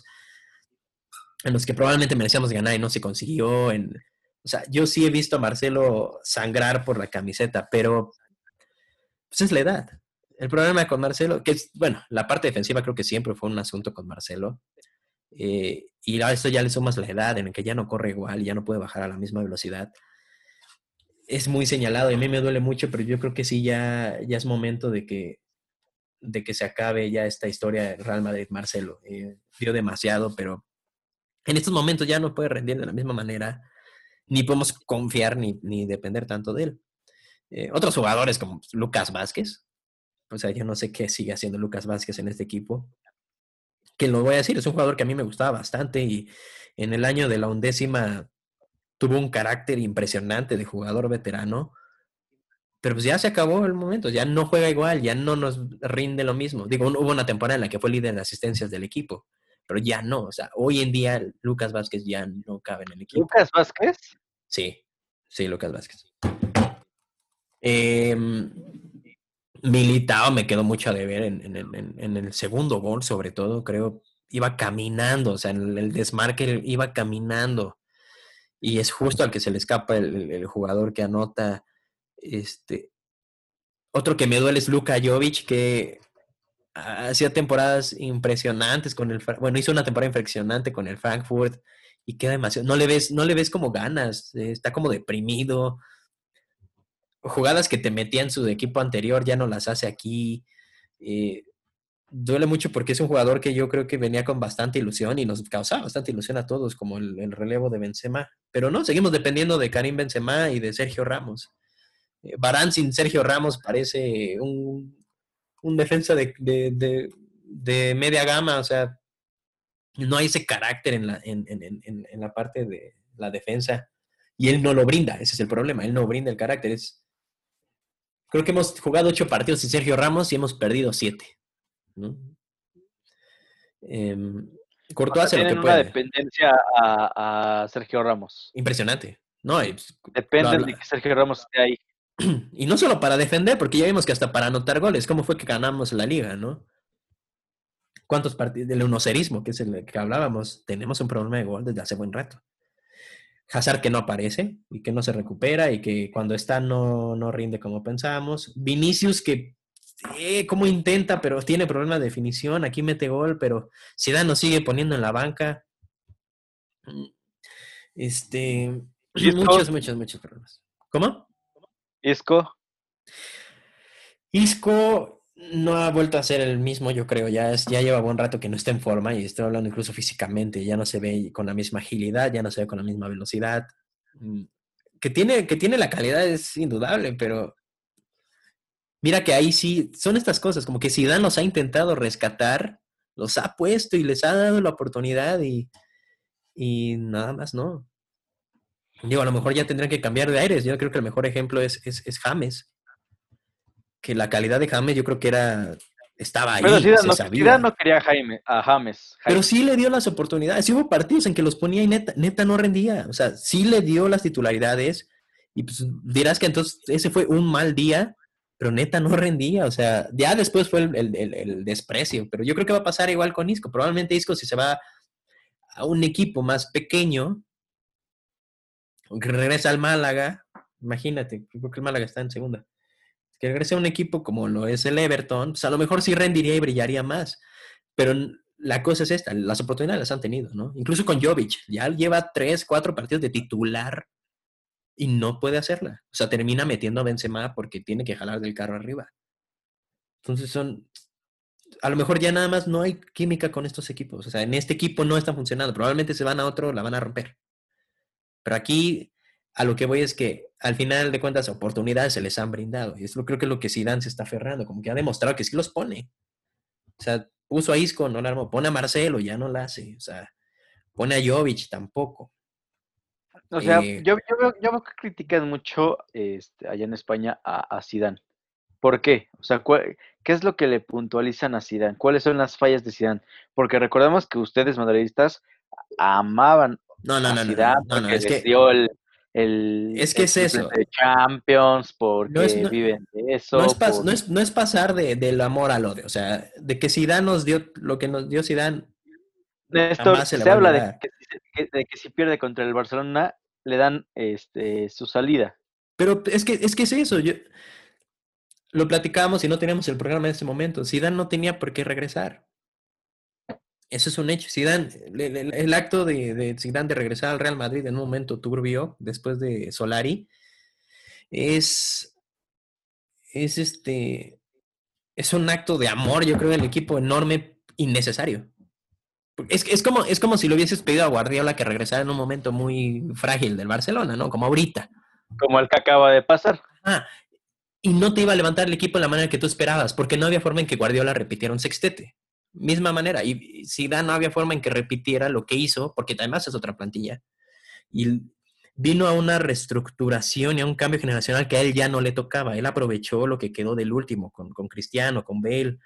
en los que probablemente merecíamos ganar y no se consiguió. En, o sea, yo sí he visto a Marcelo sangrar por la camiseta, pero pues es la edad. El problema con Marcelo, que es, bueno, la parte defensiva creo que siempre fue un asunto con Marcelo. Eh, y a esto ya le sumas la edad en el que ya no corre igual, ya no puede bajar a la misma velocidad. Es muy señalado y a mí me duele mucho, pero yo creo que sí ya, ya es momento de que, de que se acabe ya esta historia de Real Madrid-Marcelo. Eh, dio demasiado, pero en estos momentos ya no puede rendir de la misma manera, ni podemos confiar ni, ni depender tanto de él. Eh, otros jugadores como Lucas Vázquez, o sea, yo no sé qué sigue haciendo Lucas Vázquez en este equipo, que lo voy a decir, es un jugador que a mí me gustaba bastante y en el año de la undécima tuvo un carácter impresionante de jugador veterano, pero pues ya se acabó el momento, ya no juega igual, ya no nos rinde lo mismo. Digo, hubo una temporada en la que fue líder de asistencias del equipo, pero ya no, o sea, hoy en día Lucas Vázquez ya no cabe en el equipo.
¿Lucas Vázquez?
Sí, sí, Lucas Vázquez. Eh, Militao me quedó mucho a deber en, en, en, en, el segundo gol, sobre todo, creo, iba caminando, o sea, en el desmarque iba caminando y es justo al que se le escapa el, el, el jugador que anota. Este, otro que me duele es Luka Jovic, que hacía temporadas impresionantes con el, bueno, hizo una temporada impresionante con el Frankfurt y queda demasiado, no le ves, no le ves como ganas, eh, está como deprimido. Jugadas que te metía en su equipo anterior ya no las hace aquí. Eh, duele mucho porque es un jugador que yo creo que venía con bastante ilusión y nos causaba bastante ilusión a todos, como el, el relevo de Benzema. Pero no, seguimos dependiendo de Karim Benzema y de Sergio Ramos. Eh, Varane sin Sergio Ramos parece un, un defensa de, de, de, de, media gama, o sea, no hay ese carácter en la, en, en, en, en la parte de la defensa y él no lo brinda, ese es el problema, él no brinda el carácter. Es, creo que hemos jugado ocho partidos sin Sergio Ramos y hemos perdido siete, ¿no? Eh,
O
Courtois
sea,
hace lo que
tienen una
puede.
dependencia a, a Sergio Ramos.
Impresionante. No, y, pues, lo
Dependen de
habla.
que Sergio Ramos esté ahí.
Y no solo para defender, porque ya vimos que hasta para anotar goles, ¿cómo fue que ganamos la liga, no? ¿Cuántos partidos del unocerismo, que es el que hablábamos? Tenemos un problema de gol desde hace buen rato. Hazard que no aparece y que no se recupera y que cuando está no, no rinde como pensábamos. Vinicius que eh, como intenta, pero tiene problemas de definición. Aquí mete gol, pero Zidane nos sigue poniendo en la banca. Este,
Isco,
muchos, muchos, muchos problemas. ¿Cómo?
Isco.
Isco no ha vuelto a ser el mismo, yo creo. Ya, es, ya lleva buen rato que no está en forma y estoy hablando incluso físicamente. Ya no se ve con la misma agilidad, ya no se ve con la misma velocidad. Que tiene, que tiene la calidad es indudable, pero mira que ahí sí son estas cosas, como que Zidane los ha intentado rescatar, los ha puesto y les ha dado la oportunidad y, y nada más no. Digo, a lo mejor ya tendrán que cambiar de aires. Yo creo que el mejor ejemplo es, es, es James. Que la calidad de James yo creo que era Estaba
Pero
ahí,
Zidane
se
no, Zidane
sabía.
no quería a Jaime, a James,
Pero
Jaime.
sí le dio las oportunidades. Sí hubo partidos en que los ponía y neta, neta no rendía. O sea, sí le dio las titularidades. Y pues dirás que entonces ese fue un mal día, pero neta no rendía. O sea, ya después fue el, el, el, el desprecio. Pero yo creo que va a pasar igual con Isco. Probablemente Isco, si se va a un equipo más pequeño, que regresa al Málaga, imagínate, porque el Málaga está en segunda. Que regrese a un equipo como lo es el Everton, pues a lo mejor sí rendiría y brillaría más. Pero la cosa es esta, las oportunidades las han tenido, ¿no? Incluso con Jovic, ya lleva tres, cuatro partidos de titular y no puede hacerla. O sea, termina metiendo a Benzema porque tiene que jalar del carro arriba. Entonces son, a lo mejor ya nada más no hay química con estos equipos. O sea, en este equipo no está funcionando. Probablemente se van a otro, la van a romper. Pero aquí a lo que voy es que al final de cuentas oportunidades se les han brindado. Y eso creo que es lo que Zidane se está aferrando, como que ha demostrado que sí los pone. O sea, puso a Isco, no la armó. Pone a Marcelo, ya no la hace. O sea, pone a Jovic, tampoco.
O sea,
Eh,
yo, yo, veo, yo veo que critican mucho este, allá en España a, a Zidane. ¿Por qué? O sea, ¿cuál- ¿qué es lo que le puntualizan a Zidane? ¿Cuáles son las fallas de Zidane? Porque recordemos que ustedes madridistas amaban
no, no,
a
no, no, no,
Zidane
no, no,
porque
es
les
que,
dio el, el,
es que
el
es eso.
triplete de Champions,
No es,
porque
no,
viven de
no es,
eso,
pas,
por...
no es, no es pasar de, del amor al odio. O sea, de que Zidane nos dio lo que nos dio Zidane,
Néstor,
jamás se le
se
va a
habla de
olvidar.
que, que- de que si pierde contra el Barcelona, le dan este, su salida.
Pero es que es, que es eso. Yo, lo platicábamos y no teníamos el programa en ese momento. Zidane no tenía por qué regresar. Eso es un hecho. Zidane, el, el, el acto de, de Zidane de regresar al Real Madrid en un momento turbio, después de Solari, es, es este, es un acto de amor, yo creo, del equipo enorme, innecesario. Es, es, como, es como si le hubieses pedido a Guardiola que regresara en un momento muy frágil del Barcelona, ¿no? Como ahorita.
Como el que acaba de pasar.
Ah, y no te iba a levantar el equipo de la manera que tú esperabas, porque no había forma en que Guardiola repitiera un sextete. Misma manera. Y Zidane no había forma en que repitiera lo que hizo, porque además es otra plantilla. Y vino a una reestructuración y a un cambio generacional que a él ya no le tocaba. Él aprovechó lo que quedó del último, con, con Cristiano, con Bale,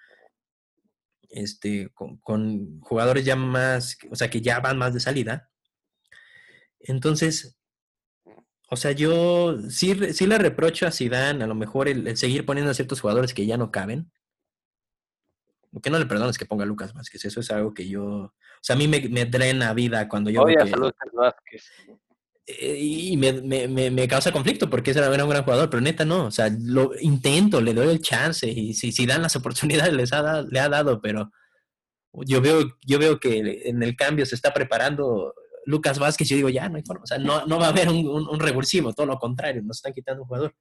este, con, con jugadores ya más, o sea, que ya van más de salida. Entonces, o sea, yo sí, sí le reprocho a Zidane a lo mejor el, el seguir poniendo a ciertos jugadores que ya no caben. Lo que no le perdono es que ponga a Lucas Vázquez. Eso es algo que yo... O sea, a mí me, me drena vida cuando yo veo
Odias a
que...
Lucas Vázquez.
eh, y me, me, me, me causa conflicto porque era, era un gran jugador, pero neta no. O sea, lo intento, le doy el chance y si, si dan las oportunidades les ha dado, le ha dado, pero yo veo, yo veo que en el cambio se está preparando Lucas Vázquez. Yo digo, ya no hay forma. O sea, no, no va a haber un, un, un revulsivo, todo lo contrario, nos están quitando un jugador.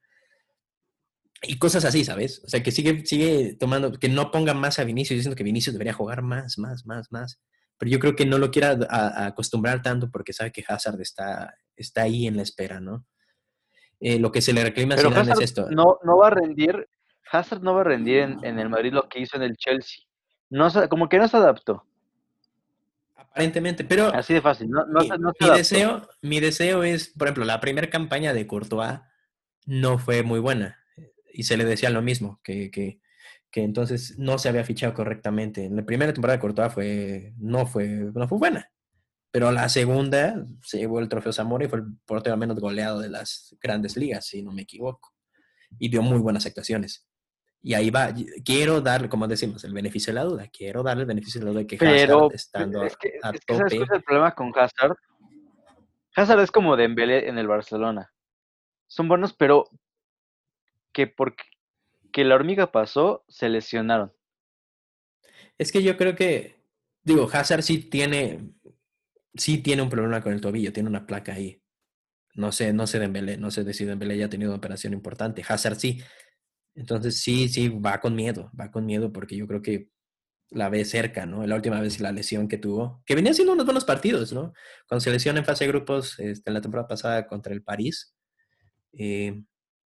Y cosas así, ¿sabes? O sea, que sigue, sigue tomando, que no ponga más a Vinicius, diciendo que Vinicius debería jugar más, más, más, más. Pero yo creo que no lo quiera a, a acostumbrar tanto porque sabe que Hazard está, está ahí en la espera, ¿no? Eh, lo que se le reclama a
Pero
Zidane es
Hazard
esto.
no, no va a rendir, Hazard no va a rendir en, en el Madrid lo que hizo en el Chelsea. No, como que no se adaptó.
Aparentemente, pero
Así de fácil, no, no, se,
mi,
no se
mi
adaptó.
deseo, mi deseo es, por ejemplo, la primera campaña de Courtois no fue muy buena. Y se le decía lo mismo, que, que, que entonces no se había fichado correctamente. En la primera temporada de Courtois fue, no, fue, no fue buena. Pero la segunda se llevó el trofeo Zamora y fue el portero menos goleado de las grandes ligas, si no me equivoco. Y dio muy buenas actuaciones. Y ahí va. Quiero darle, como decimos, el beneficio de la duda. Quiero darle el beneficio de la duda de que Hazard,
Pero
estando
es
a,
que,
a
es que ¿sabes cuál es
tope,
el problema con Hazard? Hazard es como Dembélé en el Barcelona. Son buenos, pero que porque que la hormiga pasó, se lesionaron.
es que yo creo que, digo, Hazard sí tiene, sí tiene un problema con el tobillo, tiene una placa ahí. No sé, no sé Dembélé, no sé de si Dembélé ya ha tenido una operación importante. Hazard sí. Entonces sí, sí, va con miedo, va con miedo porque yo creo que la ve cerca, ¿no? La última vez la lesión que tuvo, que venía haciendo unos buenos partidos, ¿no? Cuando se lesiona en fase de grupos este, en la temporada pasada contra el París, eh,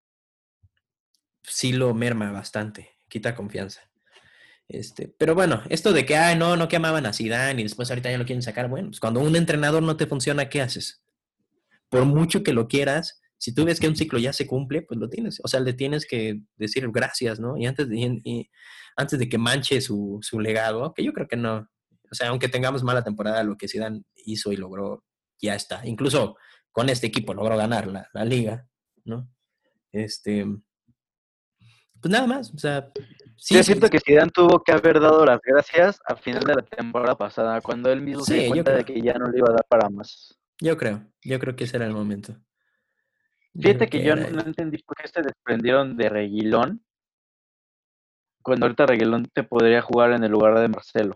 sí lo merma bastante, quita confianza. Este, pero bueno, esto de que, ay, no, no que amaban a Zidane y después ahorita ya lo quieren sacar, bueno, pues cuando un entrenador no te funciona, ¿qué haces? Por mucho que lo quieras, Si tú ves que un ciclo ya se cumple, pues lo tienes. O sea, le tienes que decir gracias, ¿no? Y antes de, y antes de que manche su, su legado, que yo creo que no. O sea, aunque tengamos mala temporada, lo que Zidane hizo y logró, ya está. Incluso con este equipo logró ganar la, la liga, ¿no? Este, pues nada más, o sea, sí,
Yo
sí,
siento que Zidane tuvo que haber dado las gracias al final de la temporada pasada, cuando él mismo se dio
sí, yo
cuenta de
creo,
que ya no le iba a dar para más.
yo creo, yo creo que ese era el momento. Yo
Fíjate
creo
que
que
yo
era
no, no
ahí.
entendí por qué se desprendieron de Reguilón, cuando ahorita Reguilón te podría jugar en el lugar de Marcelo.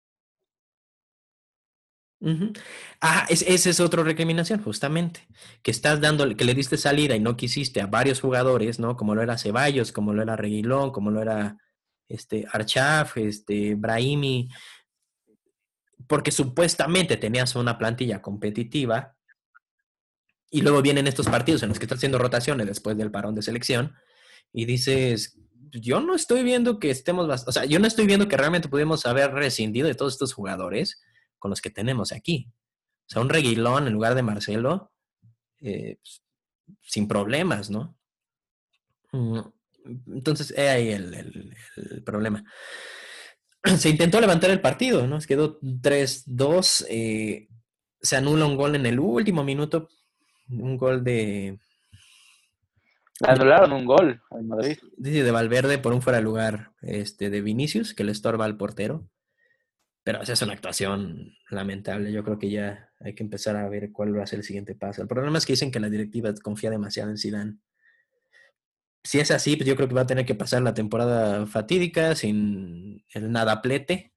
Ujú. Ah, es, esa es otra recriminación, justamente, que estás dando, que le diste salida y no quisiste a varios jugadores, ¿no? Como lo era Ceballos, como lo era Reguilón, como lo era este Archaf, este Brahimi, porque supuestamente tenías una plantilla competitiva y luego vienen estos partidos en los que estás haciendo rotaciones después del parón de selección y dices, yo no estoy viendo que estemos, o sea, yo no estoy viendo que realmente pudimos haber rescindido de todos estos jugadores con los que tenemos aquí. O sea, un Reguilón en lugar de Marcelo, eh, pues, sin problemas, ¿no? Mm, entonces, es ahí el, el, el, problema. Se intentó levantar el partido, ¿no? Se quedó tres dos, eh, se anula un gol en el último minuto, un gol de,
Le anularon un gol al Madrid.
de, de Valverde por un fuera de lugar este, de Vinicius, que le estorba al portero. Pero esa es una actuación lamentable. Yo creo que ya hay que empezar a ver cuál va a ser el siguiente paso. El problema es que dicen que la directiva confía demasiado en Zidane. Si es así, pues yo creo que va a tener que pasar la temporada fatídica sin el nadaplete,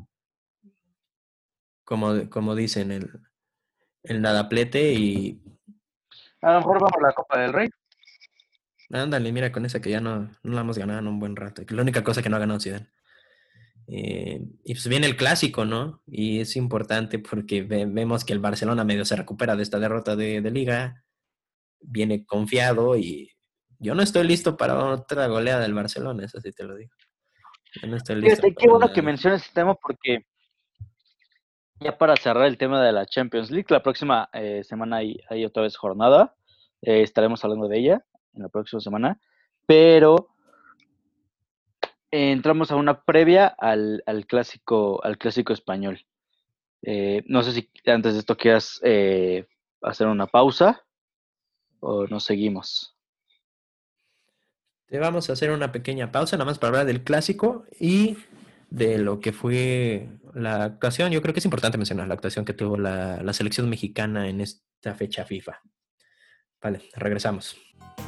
como, como dicen, el, el nadaplete y
A lo mejor vamos a la Copa del Rey.
ándale, mira con esa que ya no, no la hemos ganado en un buen rato. La única cosa que no ha ganado Zidane. Eh, y pues viene el clásico, ¿no? Y es importante porque ve, vemos que el Barcelona medio se recupera de esta derrota de, de liga, viene confiado y yo no estoy listo para otra goleada del Barcelona, eso sí te lo digo. Yo no estoy listo
Fíjate, qué
para
bueno que
nada.
mencionas este tema porque ya para cerrar el tema de la Champions League, la próxima eh, semana hay, hay otra vez jornada. Eh, estaremos hablando de ella en la próxima semana. Pero eh, entramos a una previa al, al clásico, al clásico español. Eh, no sé si antes de esto quieras eh, hacer una pausa o nos seguimos.
Te vamos a hacer una pequeña pausa, nada más para hablar del clásico y de lo que fue la actuación. Yo creo que es importante mencionar la actuación que tuvo la, la selección mexicana en esta fecha FIFA. Vale, regresamos.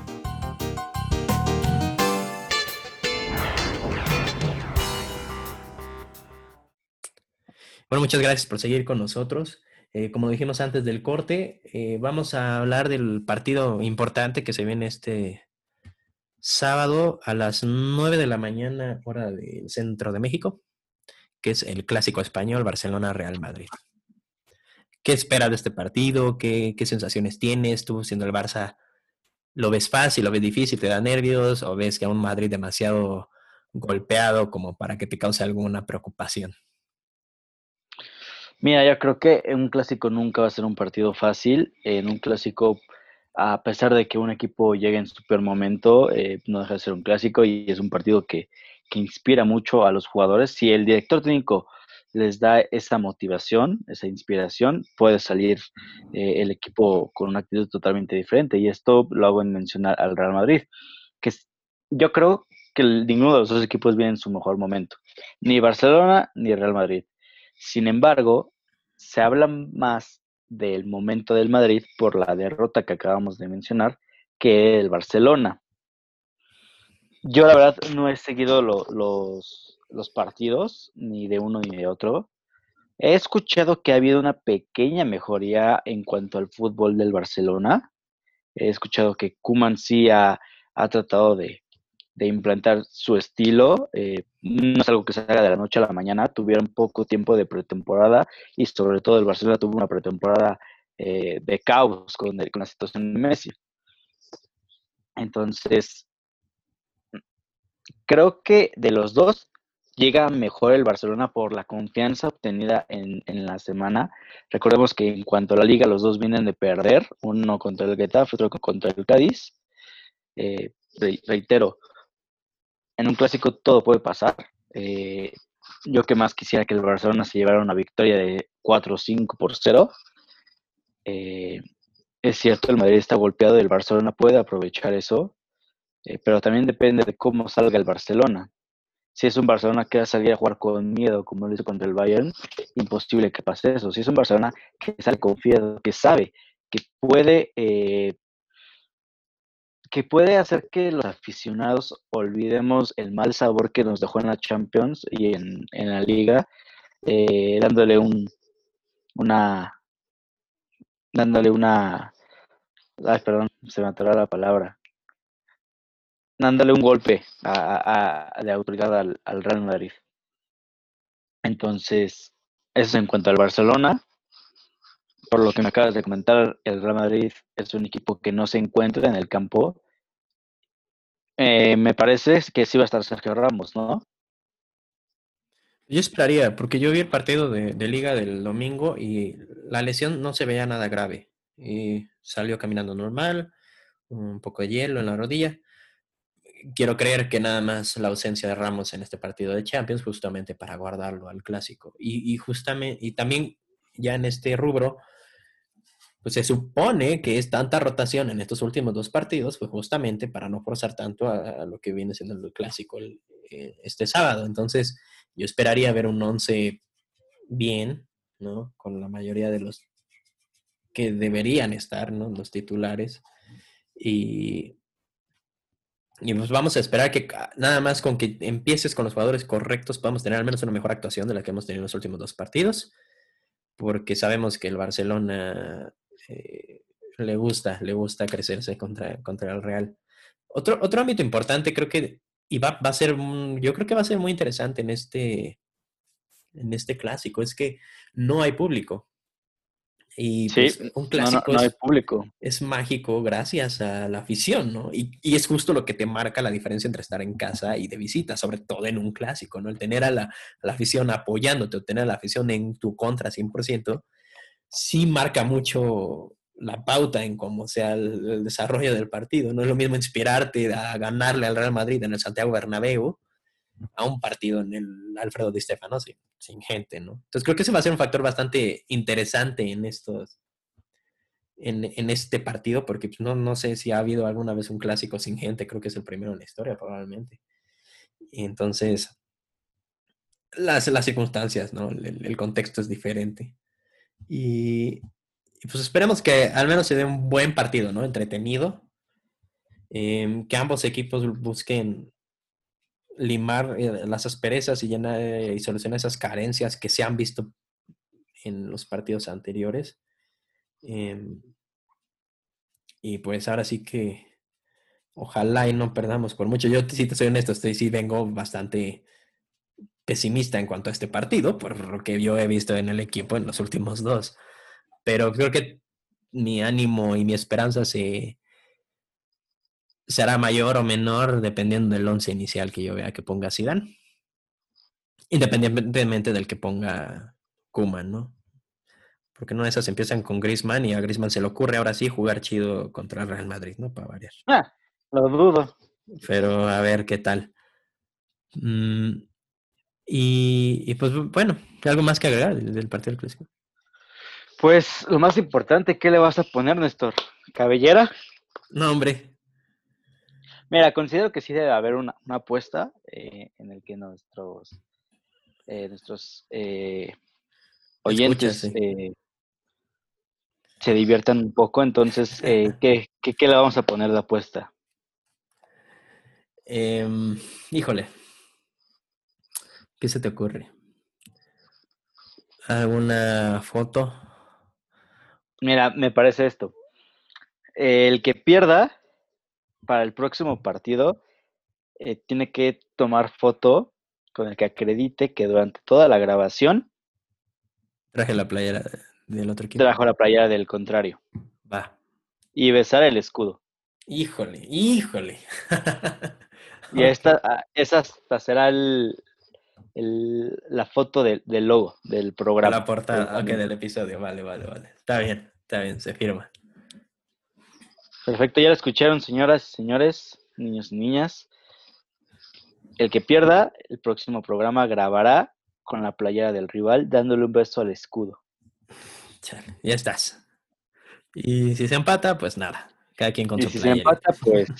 Bueno, muchas gracias por seguir con nosotros. Eh, como dijimos antes del corte, eh, vamos a hablar del partido importante que se viene este sábado a las nueve de la mañana, hora del centro de México, que es el clásico español Barcelona-Real Madrid. ¿Qué esperas de este partido? ¿Qué, ¿Qué sensaciones tienes? Tú siendo el Barça, ¿lo ves fácil, lo ves difícil, te da nervios o ves que a un Madrid demasiado golpeado como para que te cause alguna preocupación?
Mira, yo creo que en un clásico nunca va a ser un partido fácil. En un clásico, a pesar de que un equipo llegue en su peor momento, eh, no deja de ser un clásico y es un partido que, que inspira mucho a los jugadores. Si el director técnico les da esa motivación, esa inspiración, puede salir eh, el equipo con una actitud totalmente diferente. Y esto lo hago en mencionar al Real Madrid, que es- yo creo que el- ninguno de los dos equipos viene en su mejor momento, ni Barcelona ni Real Madrid. Sin embargo, se habla más del momento del Madrid por la derrota que acabamos de mencionar que el Barcelona. Yo la verdad no he seguido lo, los, los partidos ni de uno ni de otro. He escuchado que ha habido una pequeña mejoría en cuanto al fútbol del Barcelona. He escuchado que Koeman sí ha, ha tratado de, de implantar su estilo. Eh, no es algo que se haga de la noche a la mañana. Tuvieron poco tiempo de pretemporada y sobre todo el Barcelona tuvo una pretemporada eh, de caos con, el, con la situación de Messi. Entonces, creo que de los dos, llega mejor el Barcelona por la confianza obtenida en, en la semana. Recordemos que en cuanto a la liga, los dos vienen de perder, uno contra el Getafe, otro contra el Cádiz. Eh, re- reitero, en un clásico todo puede pasar. Eh, yo que más quisiera que el Barcelona se llevara una victoria de cuatro o cinco por cero. Eh, es cierto, el Madrid está golpeado y el Barcelona puede aprovechar eso, eh, pero también depende de cómo salga el Barcelona. Si es un Barcelona que va a salir a jugar con miedo, como lo hizo contra el Bayern, imposible que pase eso. Si es un Barcelona que sale confiado, que sabe que puede, eh, que puede hacer que los aficionados olvidemos el mal sabor que nos dejó en la Champions y en, en la Liga, eh, dándole un, una, dándole una, ay, perdón, se me atoró la palabra, dándole un golpe a, a, a, de autoridad al, al Real Madrid. Entonces, eso en cuanto al Barcelona. Por lo que me acabas de comentar, el Real Madrid es un equipo que no se encuentra en el campo. Eh, me parece que sí va a estar Sergio Ramos, ¿no?
Yo esperaría, porque yo vi el partido de, de Liga del domingo y la lesión no se veía nada grave. Y salió caminando normal, un poco de hielo en la rodilla. Quiero creer que nada más la ausencia de Ramos en este partido de Champions, justamente para guardarlo al clásico. Y, y justamente, y también ya en este rubro, pues se supone que es tanta rotación en estos últimos dos partidos, pues justamente para no forzar tanto a, a lo que viene siendo el clásico el, eh, este sábado. Entonces, yo esperaría ver un once bien, ¿no? Con la mayoría de los que deberían estar, ¿no? Los titulares. Y, y pues vamos a esperar que nada más con que empieces con los jugadores correctos, podamos tener al menos una mejor actuación de la que hemos tenido en los últimos dos partidos, porque sabemos que el Barcelona eh, le gusta, le gusta crecerse contra, contra el Real. Otro, otro ámbito importante, creo que, y va, va a ser, yo creo que va a ser muy interesante en este, en este clásico, es que no hay público. Y
Sí,
pues un
no, no,
clásico
no hay
es,
público.
es mágico gracias a la afición, ¿no? Y, y, es justo lo que te marca la diferencia entre estar en casa y de visita, sobre todo en un clásico, ¿no? El tener a la, a la afición apoyándote o tener a la afición en tu contra cien por ciento, sí marca mucho la pauta en cómo sea el, el desarrollo del partido. No es lo mismo inspirarte a ganarle al Real Madrid en el Santiago Bernabéu a un partido en el Alfredo Di Stéfano sin, sin gente, ¿no? Entonces creo que ese va a ser un factor bastante interesante en estos en, en este partido, porque pues, no, no sé si ha habido alguna vez un clásico sin gente, creo que es el primero en la historia probablemente. Y entonces, las, las circunstancias, ¿no? El, el contexto es diferente. Y, y, pues esperemos que al menos se dé un buen partido, ¿no? Entretenido. Eh, que ambos equipos busquen limar eh, las asperezas y, llenar, eh, y solucionar esas carencias que se han visto en los partidos anteriores. Eh, y pues ahora sí que ojalá y no perdamos por mucho. Yo, si te soy honesto, estoy sí vengo bastante pesimista en cuanto a este partido, por lo que yo he visto en el equipo en los últimos dos. Pero creo que mi ánimo y mi esperanza se será mayor o menor dependiendo del once inicial que yo vea que ponga Zidane, independientemente del que ponga Koeman, ¿no? Porque no esas empiezan con Griezmann y a Griezmann se le ocurre ahora sí jugar chido contra el Real Madrid, ¿no? Para variar.
Ah, lo dudo.
Pero a ver qué tal. Mm, y, y, pues bueno, ¿algo más que agregar del, del partido del clásico?
Pues lo más importante, ¿qué le vas a poner, Néstor? ¿Cabellera?
No, hombre.
Mira, considero que sí debe haber una, una apuesta eh, en el que nuestros, eh, nuestros eh,
Escucha,
oyentes
sí.
eh, se diviertan un poco. Entonces, eh, ¿qué, qué, ¿qué le vamos a poner de apuesta?
Eh, híjole, ¿qué se te ocurre? ¿Alguna foto?
Mira, me parece esto. El que pierda para el próximo partido eh, tiene que tomar foto con el que acredite que durante toda la grabación
Traje la playera del otro equipo.
trajo la playera del contrario
Va.
y besar el escudo.
Híjole, híjole.
Y
Ok.
esta, esa hasta será el, el, la foto del, del logo del
A la
programa.
portada, ok,
Precisamente.
del episodio. Vale, vale, vale. Está bien, está bien, se firma.
Perfecto, ya lo escucharon, señoras y señores, niños y niñas. El que pierda, el próximo programa grabará con la playera del rival, dándole un beso al escudo.
Chale, ya estás. Y si se empata, pues nada. Cada quien con
Y
su
si se
playerita.
empata, pues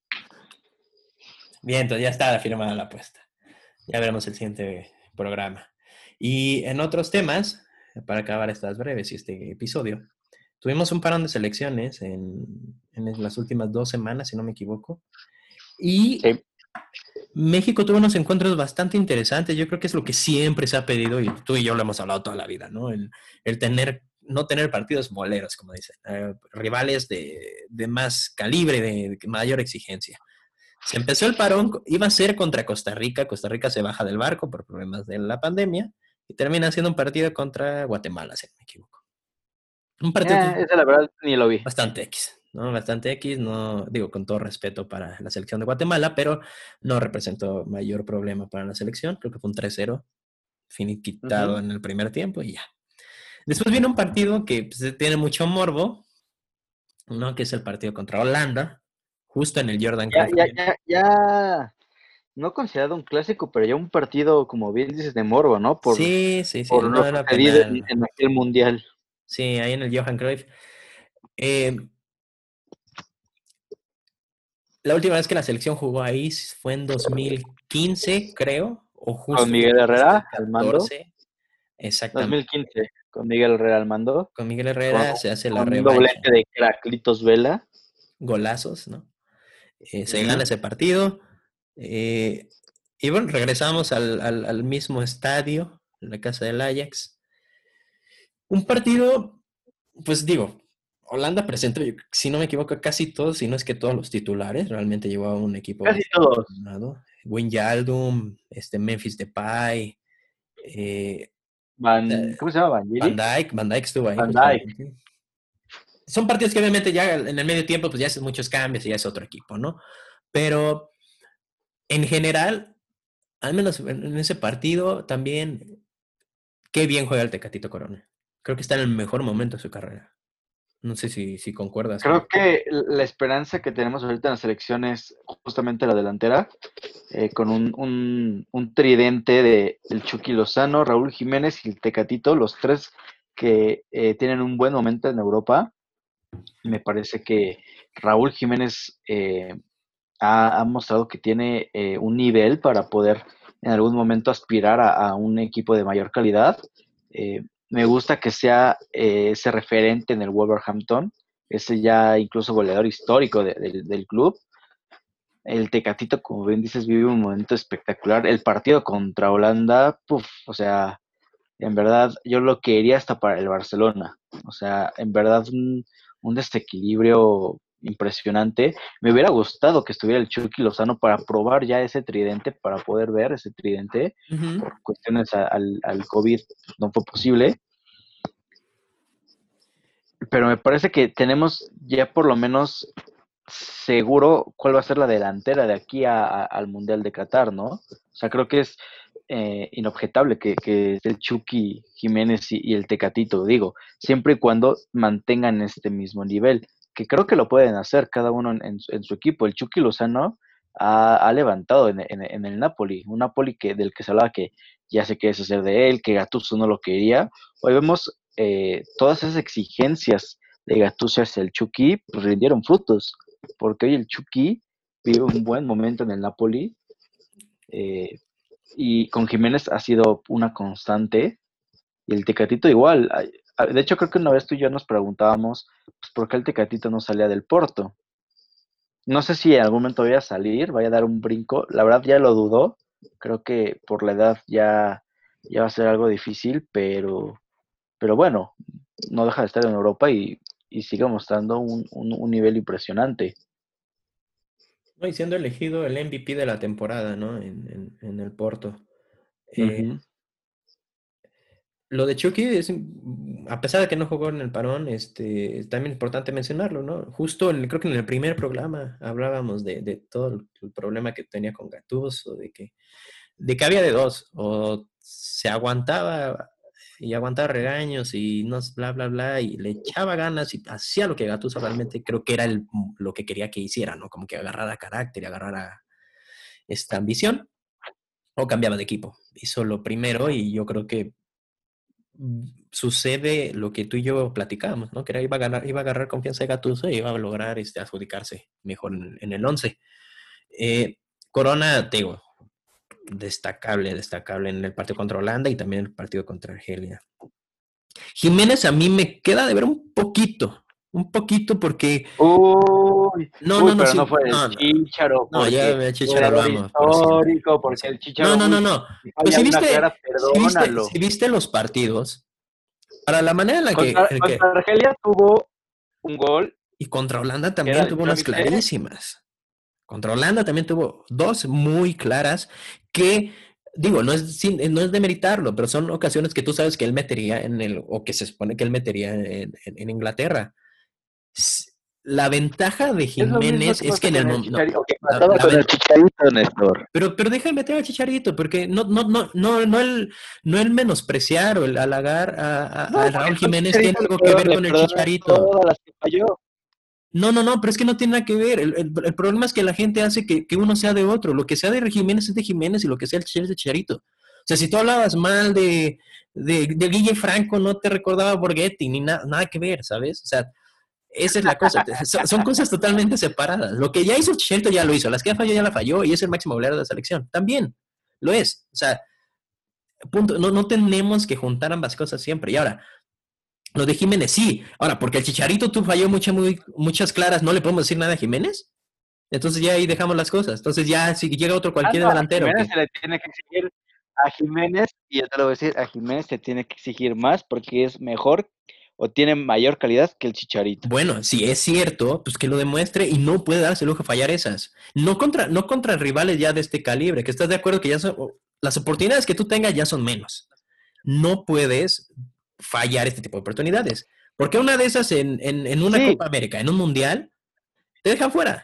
Bien, entonces ya está firmada la apuesta. Ya veremos el siguiente programa. Y en otros temas, para acabar estas breves y este episodio, tuvimos un parón de selecciones en, en las últimas dos semanas, si no me equivoco. Y
sí.
México tuvo unos encuentros bastante interesantes. Yo creo que es lo que siempre se ha pedido y tú y yo lo hemos hablado toda la vida, ¿no? El, el tener, no tener partidos moleros, como dicen, eh, rivales de, de, más calibre, de, de mayor exigencia. Se empezó el parón, iba a ser contra Costa Rica. Costa Rica se baja del barco por problemas de la pandemia y termina siendo un partido contra Guatemala, si no me equivoco. Un partido
Eh, esa la verdad ni lo vi.
bastante X, ¿no? Bastante X, no digo con todo respeto para la selección de Guatemala, pero no representó mayor problema para la selección. Creo que fue un tres cero finiquitado
Uh-huh.
en el primer tiempo y ya. Después viene un partido que pues, tiene mucho morbo, ¿no? Que es el partido contra Holanda, justo en el Jordan
Ya,
Cruyff
ya,
Arena.
ya, ya, no considerado un clásico, pero ya un partido, como bien dices, de morbo, ¿no? Por,
Sí, sí, sí,
por
no
lo
era
sucedido en,
penal.
en aquel mundial.
Sí, ahí en el Johan Cruyff. Eh, la última vez que la selección jugó ahí fue en dos mil quince, creo, o
Con
justo
Miguel
dos mil
Herrera al mando,
catorce. Exactamente.
dos mil quince, con Miguel Herrera al mando,
Con Miguel
con,
Herrera se hace la
con un
revancha.
doblete de Heraclitos Vela.
Golazos, ¿no? Eh, se
Uh-huh.
gana ese partido. Eh, y bueno, regresamos al, al, al mismo estadio, en la casa del Ajax. Un partido, pues digo, Holanda presentó, si no me equivoco, casi todos, si no es que todos los titulares. Realmente llevó a un equipo
Casi
bastante
todos.
formado. Wijnaldum, este, Memphis Depay, eh,
Van, ¿cómo se llama?
Van
Vanjiri.
Dijk, Van Dijk estuvo ahí
Van Dijk.
justamente. Son partidos que obviamente ya en el medio tiempo pues ya hacen muchos cambios y ya es otro equipo, ¿no? Pero en general, al menos en ese partido también, qué bien juega el Tecatito Corona. Creo que está en el mejor momento de su carrera. No sé si, si concuerdas
Creo
conmigo.
que la esperanza que tenemos ahorita en la selección es justamente la delantera, eh, con un, un, un, tridente de el Chucky Lozano, Raúl Jiménez y el Tecatito, los tres que eh, tienen un buen momento en Europa. Me parece que Raúl Jiménez eh, ha, ha, mostrado que tiene eh, un nivel para poder en algún momento aspirar a, a un equipo de mayor calidad. Eh, me gusta que sea eh, ese referente en el Wolverhampton, ese ya incluso goleador histórico de, de, del club. El Tecatito, como bien dices, vive un momento espectacular. El partido contra Holanda, puff, o sea, en verdad, yo lo quería hasta para el Barcelona. O sea, en verdad, un, un desequilibrio impresionante. Me hubiera gustado que estuviera el Chucky Lozano para probar ya ese tridente, para poder ver ese tridente.
Uh-huh.
Por cuestiones al, al COVID pues, no fue posible. Pero me parece que tenemos ya por lo menos seguro cuál va a ser la delantera de aquí a, a, al Mundial de Qatar, ¿no? O sea, creo que es eh, inobjetable que, que el Chucky Jiménez y, y el Tecatito, digo, siempre y cuando mantengan este mismo nivel, que creo que lo pueden hacer cada uno en, en, en su equipo. El Chucky Lozano ha, ha levantado en, en, en, el Napoli, un Napoli que, del que se hablaba que ya se quiere deshacer de él, que Gattuso no lo quería. Hoy vemos eh, todas esas exigencias de Gattuso hacia el Chucky, pues rindieron frutos, porque hoy el Chucky vive un buen momento en el Napoli, eh, y con Jiménez ha sido una constante, y el Tecatito igual. De hecho, creo que una vez tú y yo nos preguntábamos pues, por qué el Tecatito no salía del Porto. No sé si en algún momento vaya a salir, vaya a dar un brinco. La verdad ya lo dudó. Creo que por la edad ya, ya va a ser algo difícil, pero, pero bueno, no deja de estar en Europa y, y sigue mostrando un, un, un nivel impresionante.
No, y siendo elegido el M V P de la temporada, ¿no? En, en, en el Porto. Eh,
Uh-huh.
Lo de Chucky es, a pesar de que no jugó en el parón, este, es también importante mencionarlo, ¿no? Justo en, creo que en el primer programa hablábamos de, de todo el, el problema que tenía con Gattuso, de que de que había de dos, o se aguantaba y aguantaba regaños y no, bla, bla, bla, y le echaba ganas y hacía lo que Gattuso realmente creo que era el, lo que quería que hiciera, ¿no? Como que agarrara carácter y agarrara esta ambición, o cambiaba de equipo. Hizo lo primero y yo creo que sucede lo que tú y yo platicábamos, ¿no? Que era, iba a ganar, iba a agarrar confianza de Gattuso y iba a lograr este, adjudicarse mejor en, en el once. Eh, Corona, te digo, destacable, destacable en el partido contra Holanda y también en el partido contra Argelia. Jiménez a mí me queda de ver un poquito, un poquito porque...
Uy,
No,
uy,
no, no,
pero no
sí,
fue el
no, no,
Chícharo,
no, ya
porque
me Chicharo lo
goleador
amo por siempre,
histórico,
por
porque el
siempre. No,
Chícharo,
no, no,
uy,
no.
si
Pues
falla
si
una
viste,
clara,
si viste,
perdónalo.
si viste los partidos, para la manera en la que,
Contra,
en que
contra Argelia tuvo un gol
y contra Holanda
que era
también
de
tuvo unas
trámite.
clarísimas. Contra Holanda también tuvo dos muy claras que, digo, no es, sin, no es de meritarlo, pero son ocasiones que tú sabes que él metería en el, o que se supone que él metería en, en, en Inglaterra. La ventaja de
Es lo mismo
Jiménez
que
es que
pasa
en el
con el
momento, no,
Chicharito, que
la,
pasaba
la
con el
ven-
Chicharito, Néstor.
pero, pero deja de meter a Chicharito, porque no, no, no, no, no el, no el menospreciar o el halagar a, a,
No,
a
porque
Raúl
con
Jiménez tiene
Chicharito le,
algo que
perdo-
ver
le
con el
perdonan
Chicharito.
todas las que falló.
No, no, no, pero es que no tiene nada que ver. El, el, el problema es que la gente hace que, que, uno sea de otro. Lo que sea de Jiménez es de Jiménez y lo que sea el Chicharito es de Chicharito. O sea, si tú hablabas mal de, de, de Guille Franco, no te recordaba Borghetti, ni na, nada que ver, ¿sabes? O sea, esa es la cosa. Son, son cosas totalmente separadas. Lo que ya hizo Chicharito ya lo hizo. Las que ya falló ya la falló y es el máximo goleador de la selección. También lo es. O sea, punto. No, no tenemos que juntar ambas cosas siempre. Y ahora, lo de Jiménez, sí. Ahora, porque el Chicharito tú falló mucha, muy, muchas claras, ¿no le podemos decir nada a Jiménez? Entonces ya ahí dejamos las cosas. Entonces ya si llega otro
Ah,
cualquier
no, a
delantero
Jiménez
que...
se le tiene que exigir, a Jiménez, y yo te lo voy a decir, a Jiménez se tiene que exigir más porque es mejor o tiene mayor calidad que el Chicharito.
Bueno, si es cierto, pues que lo demuestre y no puede darse el lujo de fallar esas. No contra, no contra rivales ya de este calibre, que estás de acuerdo que ya son, las oportunidades que tú tengas ya son menos. No puedes fallar este tipo de oportunidades. Porque una de esas en, en, en una
Sí,
Copa América, en un Mundial, te dejan fuera.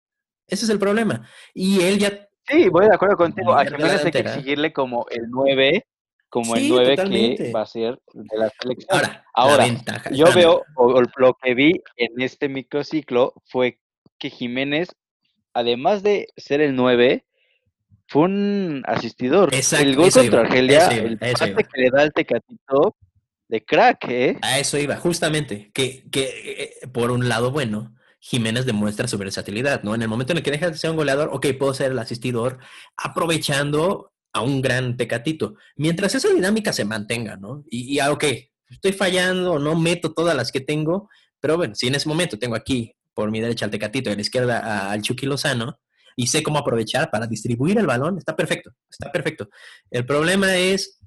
Ese es el problema. Y él ya,
sí, voy de acuerdo
como
contigo. A
líder de la
Jiménez hay que
delantera,
exigirle como el nueve, como el
sí,
nueve que va a
totalmente.
ser de la selección.
Ahora, la
Ahora,
ventaja,
yo
espérame,
veo, o, o lo que vi en este microciclo fue que Jiménez, además de ser el nueve, fue un asistidor. El
exacto,
gol
eso
contra
iba, eso
Argelia,
iba,
el
eso
pase
iba.
que le da el Tecatito, de crack, ¿eh?
A eso iba, justamente, que, que eh, por un lado bueno, Jiménez demuestra su versatilidad, ¿no? En el momento en el que deja de ser un goleador, ok, puedo ser el asistidor, aprovechando a un gran Tecatito. Mientras esa dinámica se mantenga, ¿no? Y, y ah, ok, estoy fallando, no meto todas las que tengo, pero bueno, si en ese momento tengo aquí por mi derecha al Tecatito y a la izquierda a, al Chucky Lozano, y sé cómo aprovechar para distribuir el balón, está perfecto, está perfecto. El problema es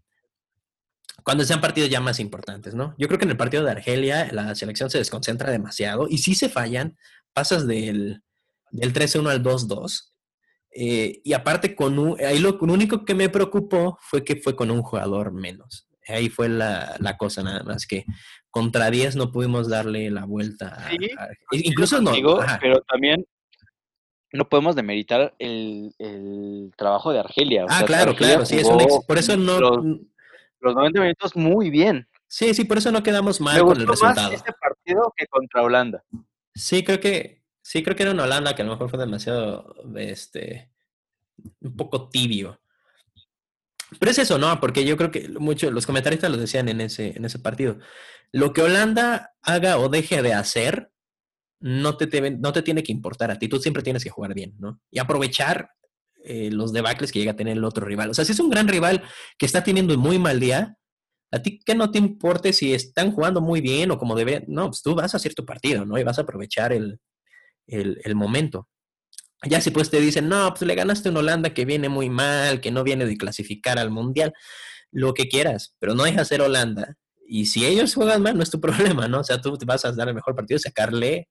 cuando sean partidos ya más importantes, ¿no? Yo creo que en el partido de Argelia la selección se desconcentra demasiado y si se fallan, pasas del, del tres uno al dos dos. Eh, y aparte, con un, ahí lo, lo, único que me preocupó fue que fue con un jugador menos. Ahí fue la, la cosa nada más, que contra diez no pudimos darle la vuelta a...
Sí,
a
coincido
incluso no,
contigo,
ajá.
pero también no podemos demeritar el, el trabajo de Argelia. O
Ah,
sea,
claro,
Argelia
claro, sí, es un ex,
jugó
por eso no,
los, los noventa minutos muy bien.
sí, sí, por eso no quedamos
Me
mal con el
gustó más
resultado.
este partido que contra Holanda.
Sí, creo que, sí, creo que era una Holanda que a lo mejor fue demasiado, este, un poco tibio. Pero es eso, ¿no? Porque yo creo que muchos los comentaristas lo decían en ese, en ese partido. Lo que Holanda haga o deje de hacer no te, te, no te tiene que importar a ti. Tú siempre tienes que jugar bien, ¿no? Y aprovechar eh, los debacles que llega a tener el otro rival. O sea, si es un gran rival que está teniendo un muy mal día, a ti que no te importe si están jugando muy bien o como debe. No, pues tú vas a hacer tu partido, ¿no? Y vas a aprovechar el, el, el momento. Ya si pues te dicen, no, pues le ganaste a un Holanda que viene muy mal, que no viene de clasificar al Mundial, lo que quieras, pero no deja ser Holanda. Y si ellos juegan mal, no es tu problema, ¿no? O sea, tú te vas a dar el mejor partido y sacarle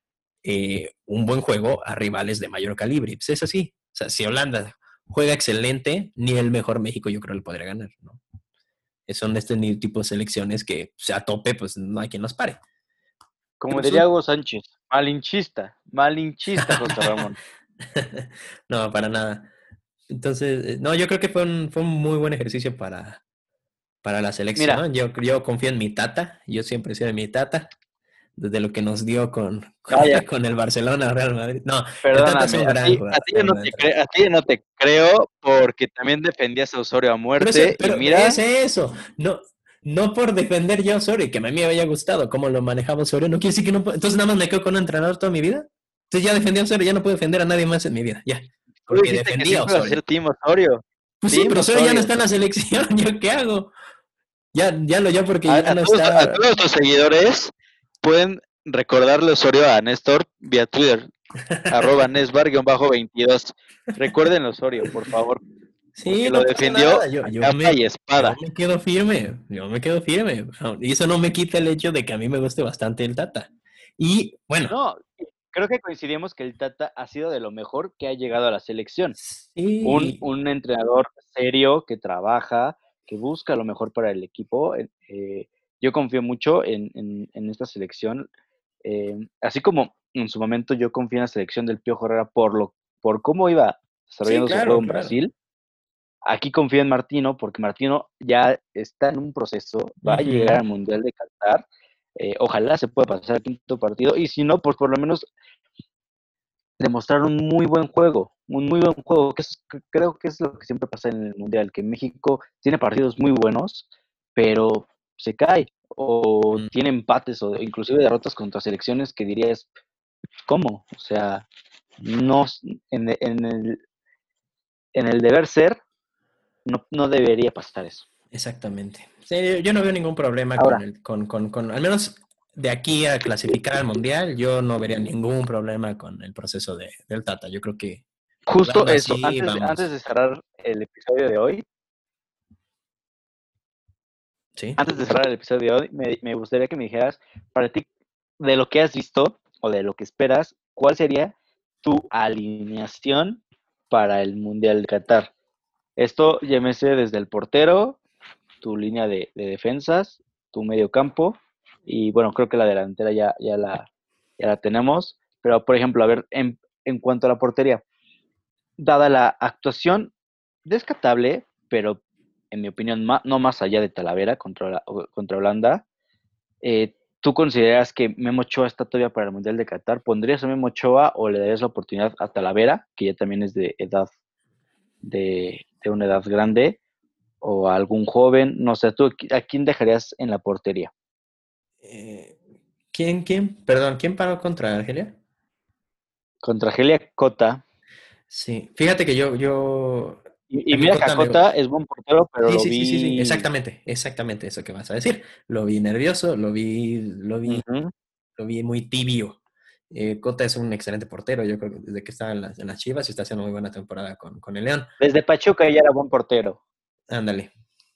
eh, un buen juego a rivales de mayor calibre. Pues es así. O sea, si Holanda juega excelente, ni el mejor México yo creo le podría ganar, ¿no? Son este tipo de selecciones que pues, a tope, pues no hay quien los pare.
Como
Pero
diría
son...
Hugo Sánchez, malinchista, malinchista, José Ramón.
No, para nada. Entonces, eh, no, yo creo que fue un, fue un muy buen ejercicio para, para la
Mira,
selección. Yo, yo confío en mi tata, yo siempre he sido de mi tata, desde lo que nos dio con,
vaya,
con el Barcelona Real Madrid. No, el Tata es
perdóname,
un
a
gran
ti, a
jugador,
ti yo
un
no
gran
te cre-
entrenador.
a ti yo no te creo porque también defendías a Osorio a
Pero, eso,
muerte y
pero
mira,
es eso, no, no por defender yo a Osorio, que a mí me había gustado cómo lo manejaba Osorio, no quiere decir que no puedo- entonces nada más me quedo con un entrenador toda mi vida. Entonces ya defendí a Osorio, ya no puedo defender a nadie más en mi vida, ya,
tú
porque
dijiste que
defendí a
siempre vas a
Osorio.
ser Team Osorio,
Pues sí,
Team
pero Osorio ya no
Osorio.
está en la selección, ¿yo qué hago? Ya, ya lo, ya porque
A,
ya
a
no
todos, a
está.
todos tus seguidores pueden recordarle Osorio a Néstor vía Twitter, arroba Nesbar-veintidós. Recuerden Osorio, por favor,
Sí,
porque lo
no pasa
defendió
nada. Yo,
a
yo
capa
me,
y
yo
espada.
me quedo firme. Yo me quedo firme. Y eso no me quita el hecho de que a mí me guste bastante el Tata. Y bueno,
No, creo que coincidimos que el Tata ha sido de lo mejor que ha llegado a la selección. Un,
sí.
un entrenador serio que trabaja, que busca lo mejor para el equipo. Eh, eh, yo confío mucho en, en, en esta selección. Eh, así como en su momento yo confío en la selección del Piojo Herrera por, lo, por cómo iba
Sí,
desarrollando su
claro,
juego en
claro.
Brasil. Aquí confío en Martino porque Martino ya está en un proceso, va a llegar
Ujú.
al Mundial de Qatar. Eh, ojalá se pueda pasar al quinto partido y si no, pues por lo menos demostrar un muy buen juego, un muy buen juego, que, es, que creo que es lo que siempre pasa en el Mundial, que México tiene partidos muy buenos, pero se cae o
Mm,
tiene empates o inclusive derrotas contra selecciones que dirías, ¿cómo? O sea, no, en, en, el, en el deber ser no, no debería pasar eso.
exactamente. Sí, yo no veo ningún problema con
Ahora,
el, con, con, con, al menos de aquí a clasificar al Mundial, yo no vería ningún problema con el proceso de, del Tata. Yo creo que
justo
jugando
eso,
así,
antes de, antes
vamos.
de cerrar el episodio de hoy,
Sí.
antes de cerrar el episodio de hoy, me, me gustaría que me dijeras, para ti, de lo que has visto o de lo que esperas, ¿cuál sería tu alineación para el Mundial de Qatar? Esto llámese desde el portero, tu línea de, de defensas, tu medio campo, y bueno, creo que la delantera ya, ya, la, ya la tenemos, pero por ejemplo, a ver, en, en cuanto a la portería, dada la actuación descatable, pero en mi opinión ma- no más allá de Talavera contra, la- contra Holanda, eh, ¿tú consideras que Memo Ochoa está todavía para el Mundial de Qatar? ¿Pondrías a Memo Ochoa o le darías la oportunidad a Talavera, que ya también es de edad, de, de una edad grande, o a algún joven? No sé, ¿tú a quién dejarías en la portería?
Eh, ¿quién, quién? Perdón, ¿quién paró contra Argelia?
Contra Gelia Cota.
Sí, fíjate que yo, yo,
Y,
a
y
mi
mira que
Cota me...
Cota es buen portero, pero
Sí,
lo
sí, sí, sí, sí,
vi...
exactamente, exactamente eso que vas a decir. Lo vi nervioso, lo vi, lo vi,
Uh-huh.
lo vi muy tibio. Eh, Cota es un excelente portero, yo creo que desde que estaba en las, en las Chivas y está haciendo muy buena temporada con, con el León.
Desde Pachuca ya era buen portero.
Ándale.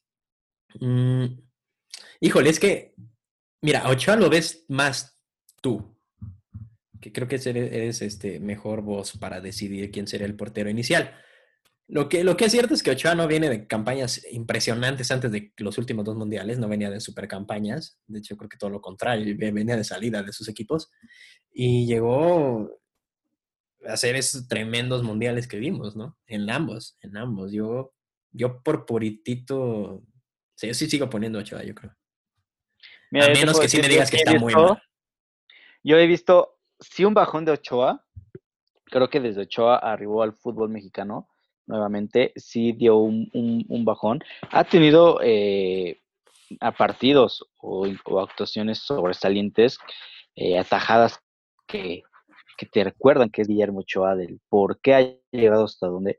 Mm, híjole, es que, mira, a Ochoa lo ves más tú, que creo que eres, eres este, mejor voz para decidir quién sería el portero inicial. Lo que, lo que es cierto es que Ochoa no viene de campañas impresionantes antes de los últimos dos mundiales, no venía de super campañas, de hecho creo que todo lo contrario, venía de salida de sus equipos y llegó a hacer esos tremendos mundiales que vimos, ¿no? En ambos, en ambos. Yo, yo por puritito, sí, yo sí sigo poniendo Ochoa, yo creo. A
Mira, yo te
menos
puedo
que sí
decir,
me
yo
digas que
sí he
está muy
visto,
mal.
yo he visto, sí un bajón de Ochoa, creo que desde Ochoa arribó al fútbol mexicano nuevamente, sí dio un, un, un bajón. Ha tenido eh, a partidos o, o, actuaciones sobresalientes, eh, atajadas que, que, te recuerdan que es Guillermo Ochoa, del por qué ha llegado hasta donde.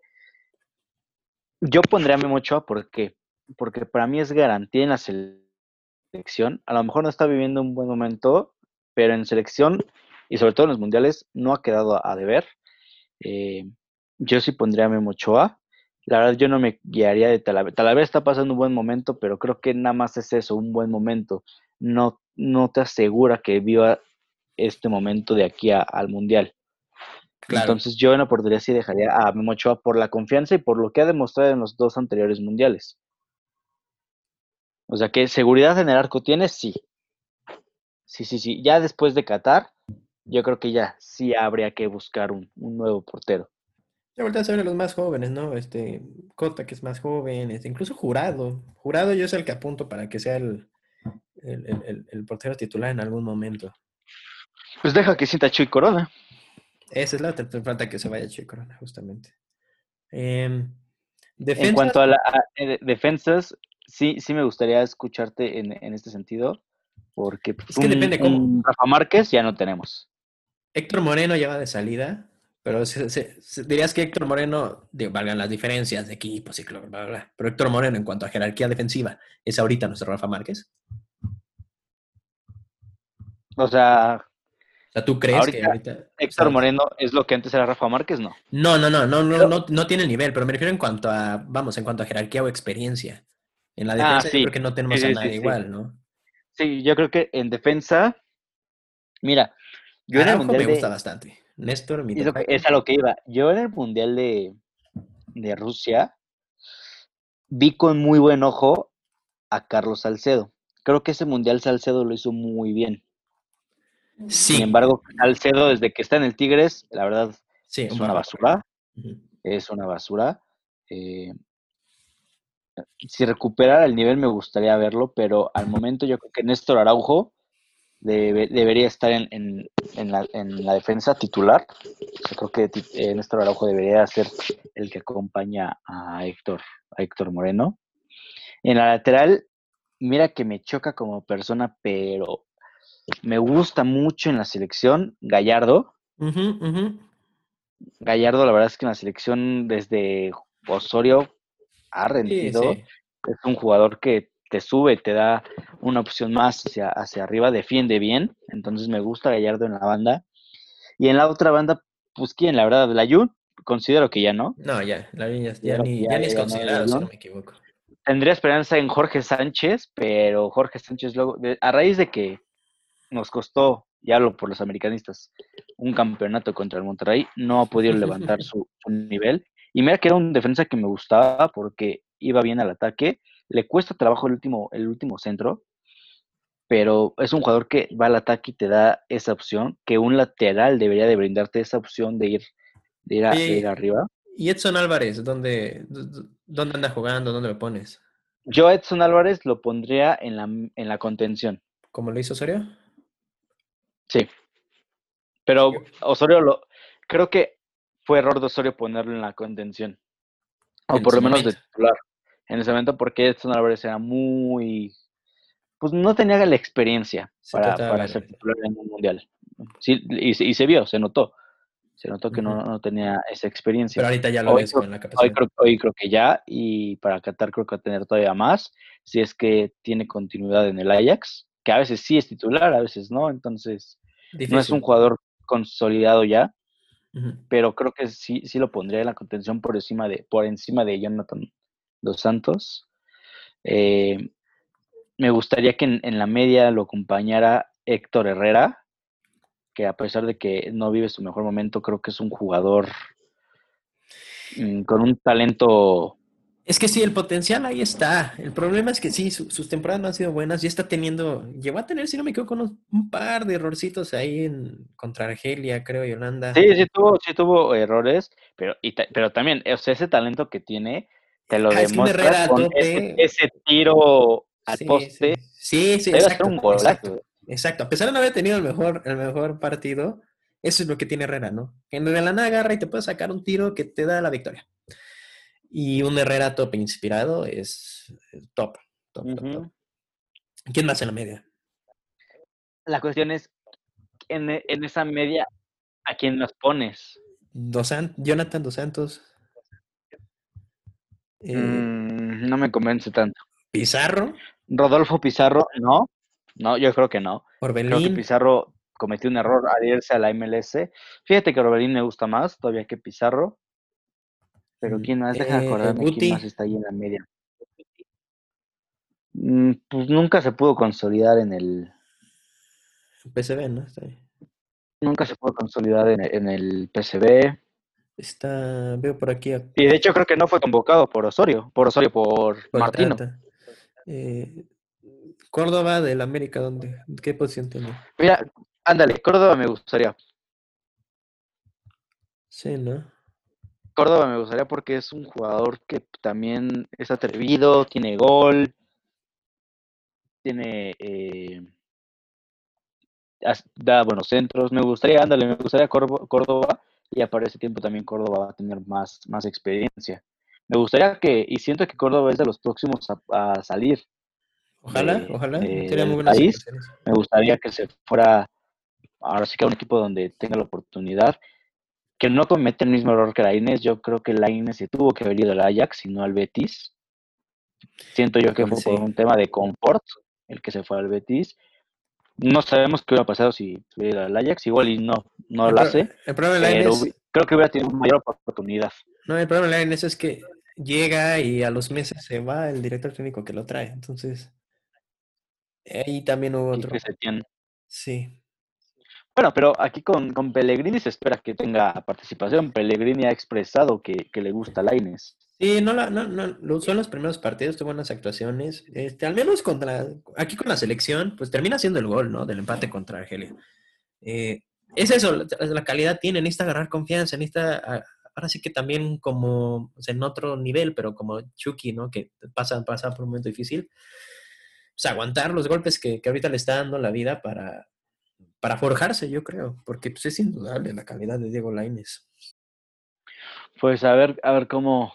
Yo pondría a Memo Ochoa, ¿por qué? Porque para mí es garantía en la selección. A lo mejor no está viviendo un buen momento, pero en selección y sobre todo en los mundiales no ha quedado a, a deber. Eh, yo sí pondría a Memo Ochoa. La verdad, yo no me guiaría de Talavera. Talavera está pasando un buen momento, pero creo que nada más es eso, un buen momento. No, no te asegura que viva este momento de aquí a, al Mundial.
Claro,
Entonces yo en la oportunidad sí dejaría a Memo Ochoa por la confianza y por lo que ha demostrado en los dos anteriores Mundiales. O sea que seguridad en el arco tiene, sí. Sí, sí, sí. Ya después de Qatar, yo creo que ya sí habría que buscar un, un nuevo portero.
Ya volteas a ver a los más jóvenes, ¿no? Este, Cota, que es más joven, este, incluso Jurado. Jurado yo es el que apunto para que sea el, el, el- el- el portero titular en algún momento.
Pues deja que sienta Chuy Corona.
Esa es la otra, te falta que se vaya Chico Corona, justamente. Em,
En
defensas,
cuanto a, la, a eh, defensas, sí, sí me gustaría escucharte en, en este sentido, porque pues,
es que
un,
depende cómo.
un Rafa Márquez ya no tenemos.
Héctor Moreno ya va de salida, pero se- se- se- dirías que Héctor Moreno, digo, valgan las diferencias de equipos y bla, bla, bla, pero Héctor Moreno en cuanto a jerarquía defensiva es ahorita nuestro Rafa Márquez.
O sea,
O sea, ¿tú crees que
ahorita
ahorita, o
Héctor
sea,
Moreno es lo que antes era Rafa Márquez, no.
no, no, no, no, no,
Pero,
no, no tiene el nivel, pero me refiero en cuanto a, vamos, en cuanto a jerarquía o experiencia. En la
ah,
defensa yo
sí,
creo que no
sí,
tenemos a
sí, sí,
nadie
sí.
igual, ¿no?
Sí, yo creo que en defensa, mira, yo en el
Araujo
Mundial
me gusta
de,
bastante. Néstor, mi
es, lo que,
tocayo.
es a lo que iba, yo en el Mundial de, de Rusia vi con muy buen ojo a Carlos Salcedo. Creo que ese Mundial Salcedo lo hizo muy bien. Sin
Sí,
embargo, Salcedo, desde que está en el Tigres, la verdad,
sí, un
es una
bajón.
basura.
Ujú.
Es una basura. Eh, si recuperara el nivel, me gustaría verlo, pero al momento yo creo que Néstor Araujo debe, debería estar en, en, en, la, en, la, defensa titular. Yo creo que eh, Néstor Araujo debería ser el que acompaña a Héctor, a Héctor Moreno. En la lateral, mira que me choca como persona, pero me gusta mucho en la selección Gallardo.
Ujú, ujú.
Gallardo, la verdad es que en la selección desde Osorio ha
Sí,
rendido.
sí.
Es un jugador que te sube, te da una opción más hacia, hacia arriba, defiende bien. Entonces me gusta Gallardo en la banda. Y en la otra banda, pues quién, la verdad, la Jun, considero que ya no.
No, ya, la línea ya
Considero que
ni,
ya,
ya ni
ya,
es
ya no es la
considerado, si no
Jun.
me equivoco.
Tendría esperanza en Jorge Sánchez, pero Jorge Sánchez luego, de, a raíz de que nos costó, ya lo por los americanistas, un campeonato contra el Monterrey, no ha podido levantar su, su nivel. Y mira que era un defensa que me gustaba porque iba bien al ataque, le cuesta trabajo el último, el último centro, pero es un jugador que va al ataque y te da esa opción, que un lateral debería de brindarte esa opción de ir, de ir, a, de ir
Oye,
arriba.
¿y Edson Álvarez? ¿Dónde, dónde anda jugando? ¿Dónde lo pones?
Yo a Edson Álvarez lo pondría en la, en la contención,
¿Cómo lo hizo Osorio?
sí,
Sí,
pero Osorio lo, creo que fue error de Osorio ponerlo en la contención, o
en
por
ese
lo menos de
momento.
titular en ese momento, porque Edson Álvarez era muy, pues no tenía la experiencia
Se
para,
trataba
para
de
ser
ver.
titular en un mundial. Sí, y, y se vio, se notó. Se notó que no,
Ujú.
no tenía esa
Pero
experiencia.
ahorita ya lo
Hoy
ves
creo,
con la
hoy,
capacidad.
creo, hoy creo que ya, y para Qatar creo que va a tener todavía más, si es que tiene continuidad en el Ajax, que a veces sí es titular, a veces no, entonces no es un
Difícil.
jugador consolidado ya,
Ujú.
pero creo que sí, sí lo pondría en la contención por encima de, por encima de Jonathan Dos Santos. Eh, Me gustaría que en, en la media lo acompañara Héctor Herrera, que a pesar de que no vive su mejor momento, creo que es un jugador mm, con un talento.
Es que sí, el potencial ahí está. El problema es que sí, su- sus temporadas no han sido buenas. Ya está teniendo, llegó a tener, si no me equivoco, unos- un par de errorcitos ahí en, contra Argelia, creo, y Holanda.
Sí, sí tuvo, sí tuvo errores, pero, y ta- pero también, o sea, ese talento que tiene, te lo
Ah, es que un
demuestra
Herrera a
con ese,
tope.
ese tiro al
Sí, sí.
poste,
Sí, sí,
te iba a hacer
exacto,
un
exacto,
golazo.
exacto. A pesar de no haber tenido el mejor, el mejor partido, eso es lo que tiene Herrera, ¿no? Que de la nada agarra y te puede sacar un tiro que te da la victoria. Y un Herrera top inspirado es top, top, top, top.
Ujú.
¿Quién más en la media?
La cuestión es, en, e- en esa media, ¿a quién las pones?
Dos San- Jonathan Dos Santos, eh,
Mm, no me convence tanto.
Pizarro,
Rodolfo Pizarro, no, no, yo creo que no. Creo que
Orbelín,
Pizarro cometió un error al irse a la M L S. Fíjate que Orbelín me gusta más todavía que Pizarro, pero ¿quién más? Deja de
eh,
acordarme quién más
Guti,
está ahí en la media. Mm, pues nunca se pudo consolidar en el,
P S V, ¿no? Está, ahí.
nunca se pudo consolidar en, en el P S V.
Está, veo por aquí a,
Y de hecho creo que no fue convocado por Osorio, por Osorio, por
por el
Martino.
Tata. Eh, Córdoba del América, ¿dónde? ¿Qué posición tiene?
Mira, ándale, Córdoba me gustaría.
Sí, ¿no?
Córdoba me gustaría porque es un jugador que también es atrevido, tiene gol, tiene eh, da buenos centros. Me gustaría, ándale, me gustaría Córdoba y para ese tiempo también Córdoba va a tener más, más experiencia. Me gustaría que, y siento que Córdoba es de los próximos a, a salir
Ojalá,
de,
ojalá,
de,
tiene muy
del
buenas
país.
actuaciones.
Me gustaría que se fuera, ahora sí que a un equipo donde tenga la oportunidad, que no cometa el mismo error que Lainez. Yo creo que Lainez se tuvo que haber ido al Ajax y no al Betis. Siento yo que
Híjole,
fue por
sí.
un tema de confort el que se fue al Betis. No sabemos qué hubiera pasado si hubiera ido al Ajax, igual y no, no
El,
lo
pro-
hace,
el problema de
pero
Lainez,
creo que hubiera tenido mayor oportunidad.
no, el problema de Lainez es que llega y a los meses se va el director técnico que lo trae. Entonces, ahí también hubo
Quique
otro.
Setién.
Sí.
Bueno, pero aquí con, con Pellegrini se espera que tenga participación. Pellegrini ha expresado que, que le gusta Lainez.
Sí, no, la, no, no, lo- son los primeros partidos, tuvo buenas actuaciones. Este, al menos contra, aquí con la selección, pues termina siendo el gol, ¿no? Del empate contra Argelia. Eh, es eso, la, la calidad tiene, necesita agarrar confianza, necesita, a- ahora sí que también como, o sea, en otro nivel, pero como Chucky, ¿no? Que pasa, pasa por un momento difícil, pues aguantar los golpes que, que ahorita le está dando la vida para, para forjarse, yo creo, porque pues es indudable la calidad de Diego Lainez.
Pues a ver, a ver cómo,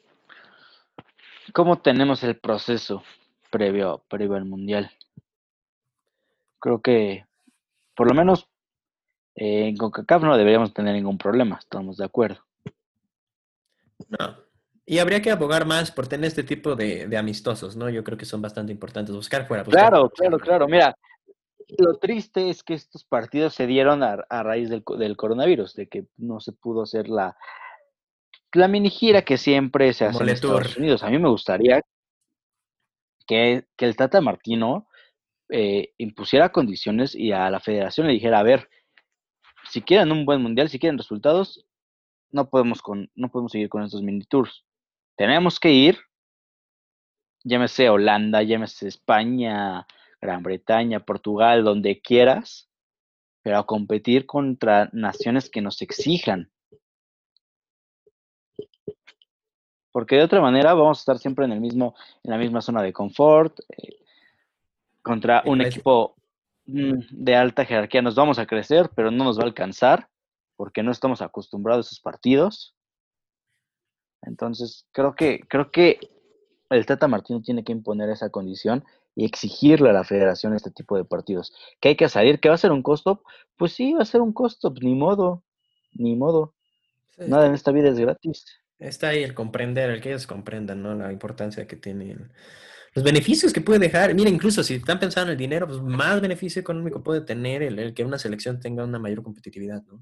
cómo tenemos el proceso previo, previo al Mundial. Creo que por lo menos eh, en CONCACAF no deberíamos tener ningún problema, estamos de acuerdo.
No. Y habría que abogar más por tener este tipo de, de amistosos, ¿no? Yo creo que son bastante importantes. Buscar fuera, buscar
Claro,
fuera,
claro,
buscar fuera.
claro. Mira, lo triste es que estos partidos se dieron a, a raíz del, del, coronavirus, de que no se pudo hacer la, la mini gira que siempre se
El
hace en
Moletour.
Estados Unidos. A mí me gustaría que, que el Tata Martino eh, impusiera condiciones y a la federación le dijera, a ver, si quieren un buen mundial, si quieren resultados, no podemos, con, no podemos seguir con estos mini tours. Tenemos que ir, llámese Holanda, llámese España, Gran Bretaña, Portugal, donde quieras, pero a competir contra naciones que nos exijan. Porque de otra manera vamos a estar siempre en el mismo, en la misma zona de confort, eh, contra un
Híjole,
equipo mm, de alta jerarquía. Nos vamos a crecer, pero no nos va a alcanzar, porque no estamos acostumbrados a esos partidos. Entonces, creo que, creo que el Tata Martino tiene que imponer esa condición y exigirle a la federación este tipo de partidos. Que hay que salir, que va a ser un costo, pues sí, va a ser un costo, ni modo, ni modo. Nada en esta vida es gratis.
está ahí el comprender, el que ellos comprendan, ¿no? La importancia que tienen. Los beneficios que puede dejar. Mira, incluso si están pensando en el dinero, pues más beneficio económico puede tener el, el que una selección tenga una mayor competitividad, ¿no?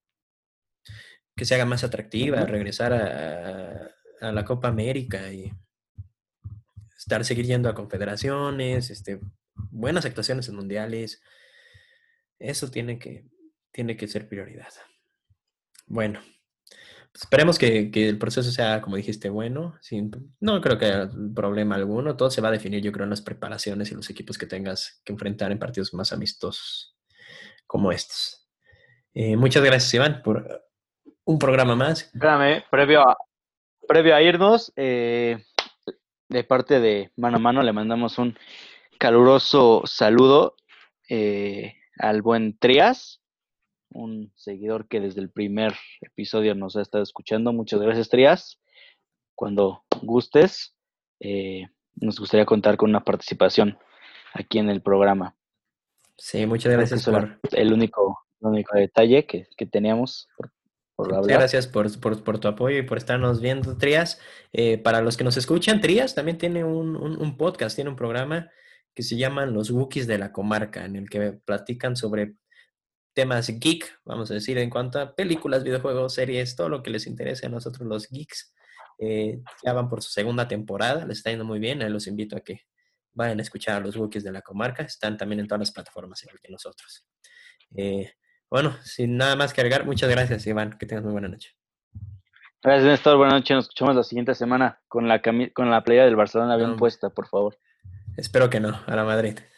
Que se haga más atractiva,
Ujú.
regresar a, a la Copa América y estar, seguir yendo a confederaciones, este, buenas actuaciones en mundiales. Eso tiene que, tiene que ser prioridad. Bueno, esperemos que, que el proceso sea, como dijiste, bueno. Sin, no creo que haya problema alguno. Todo se va a definir, yo creo, en las preparaciones y los equipos que tengas que enfrentar en partidos más amistosos como estos. Eh, muchas gracias, Iván, por un programa más.
Espérame, previo a, previo a irnos, eh, de parte de Mano a Mano le mandamos un caluroso saludo eh, al buen Trias, un seguidor que desde el primer episodio nos ha estado escuchando. Muchas gracias, Trias. Cuando gustes, eh, nos gustaría contar con una participación aquí en el programa.
Sí, muchas
Creo que
gracias
eso era
por,
el único, el único detalle que, que teníamos por, por
sí, muchas
hablar.
gracias por, por, por tu apoyo y por estarnos viendo, Trías. Eh, para los que nos escuchan, Trías también tiene un, un, un podcast, tiene un programa que se llama Los Wookiees de la Comarca, en el que platican sobre temas geek, vamos a decir, en cuanto a películas, videojuegos, series, todo lo que les interese a nosotros los geeks. Eh, ya van por su segunda temporada, les está yendo muy bien, ahí los invito a que vayan a escuchar a los Wookiees de la Comarca, están también en todas las plataformas, igual que nosotros. Eh, bueno, sin nada más que agregar, muchas gracias, Iván, que tengas muy buena noche.
Gracias, Néstor. Buenas noches. Nos escuchamos la siguiente semana con la, cami con la playa del Barcelona bien
No, hombre,
puesta, por favor.
espero que no, a la Madrid.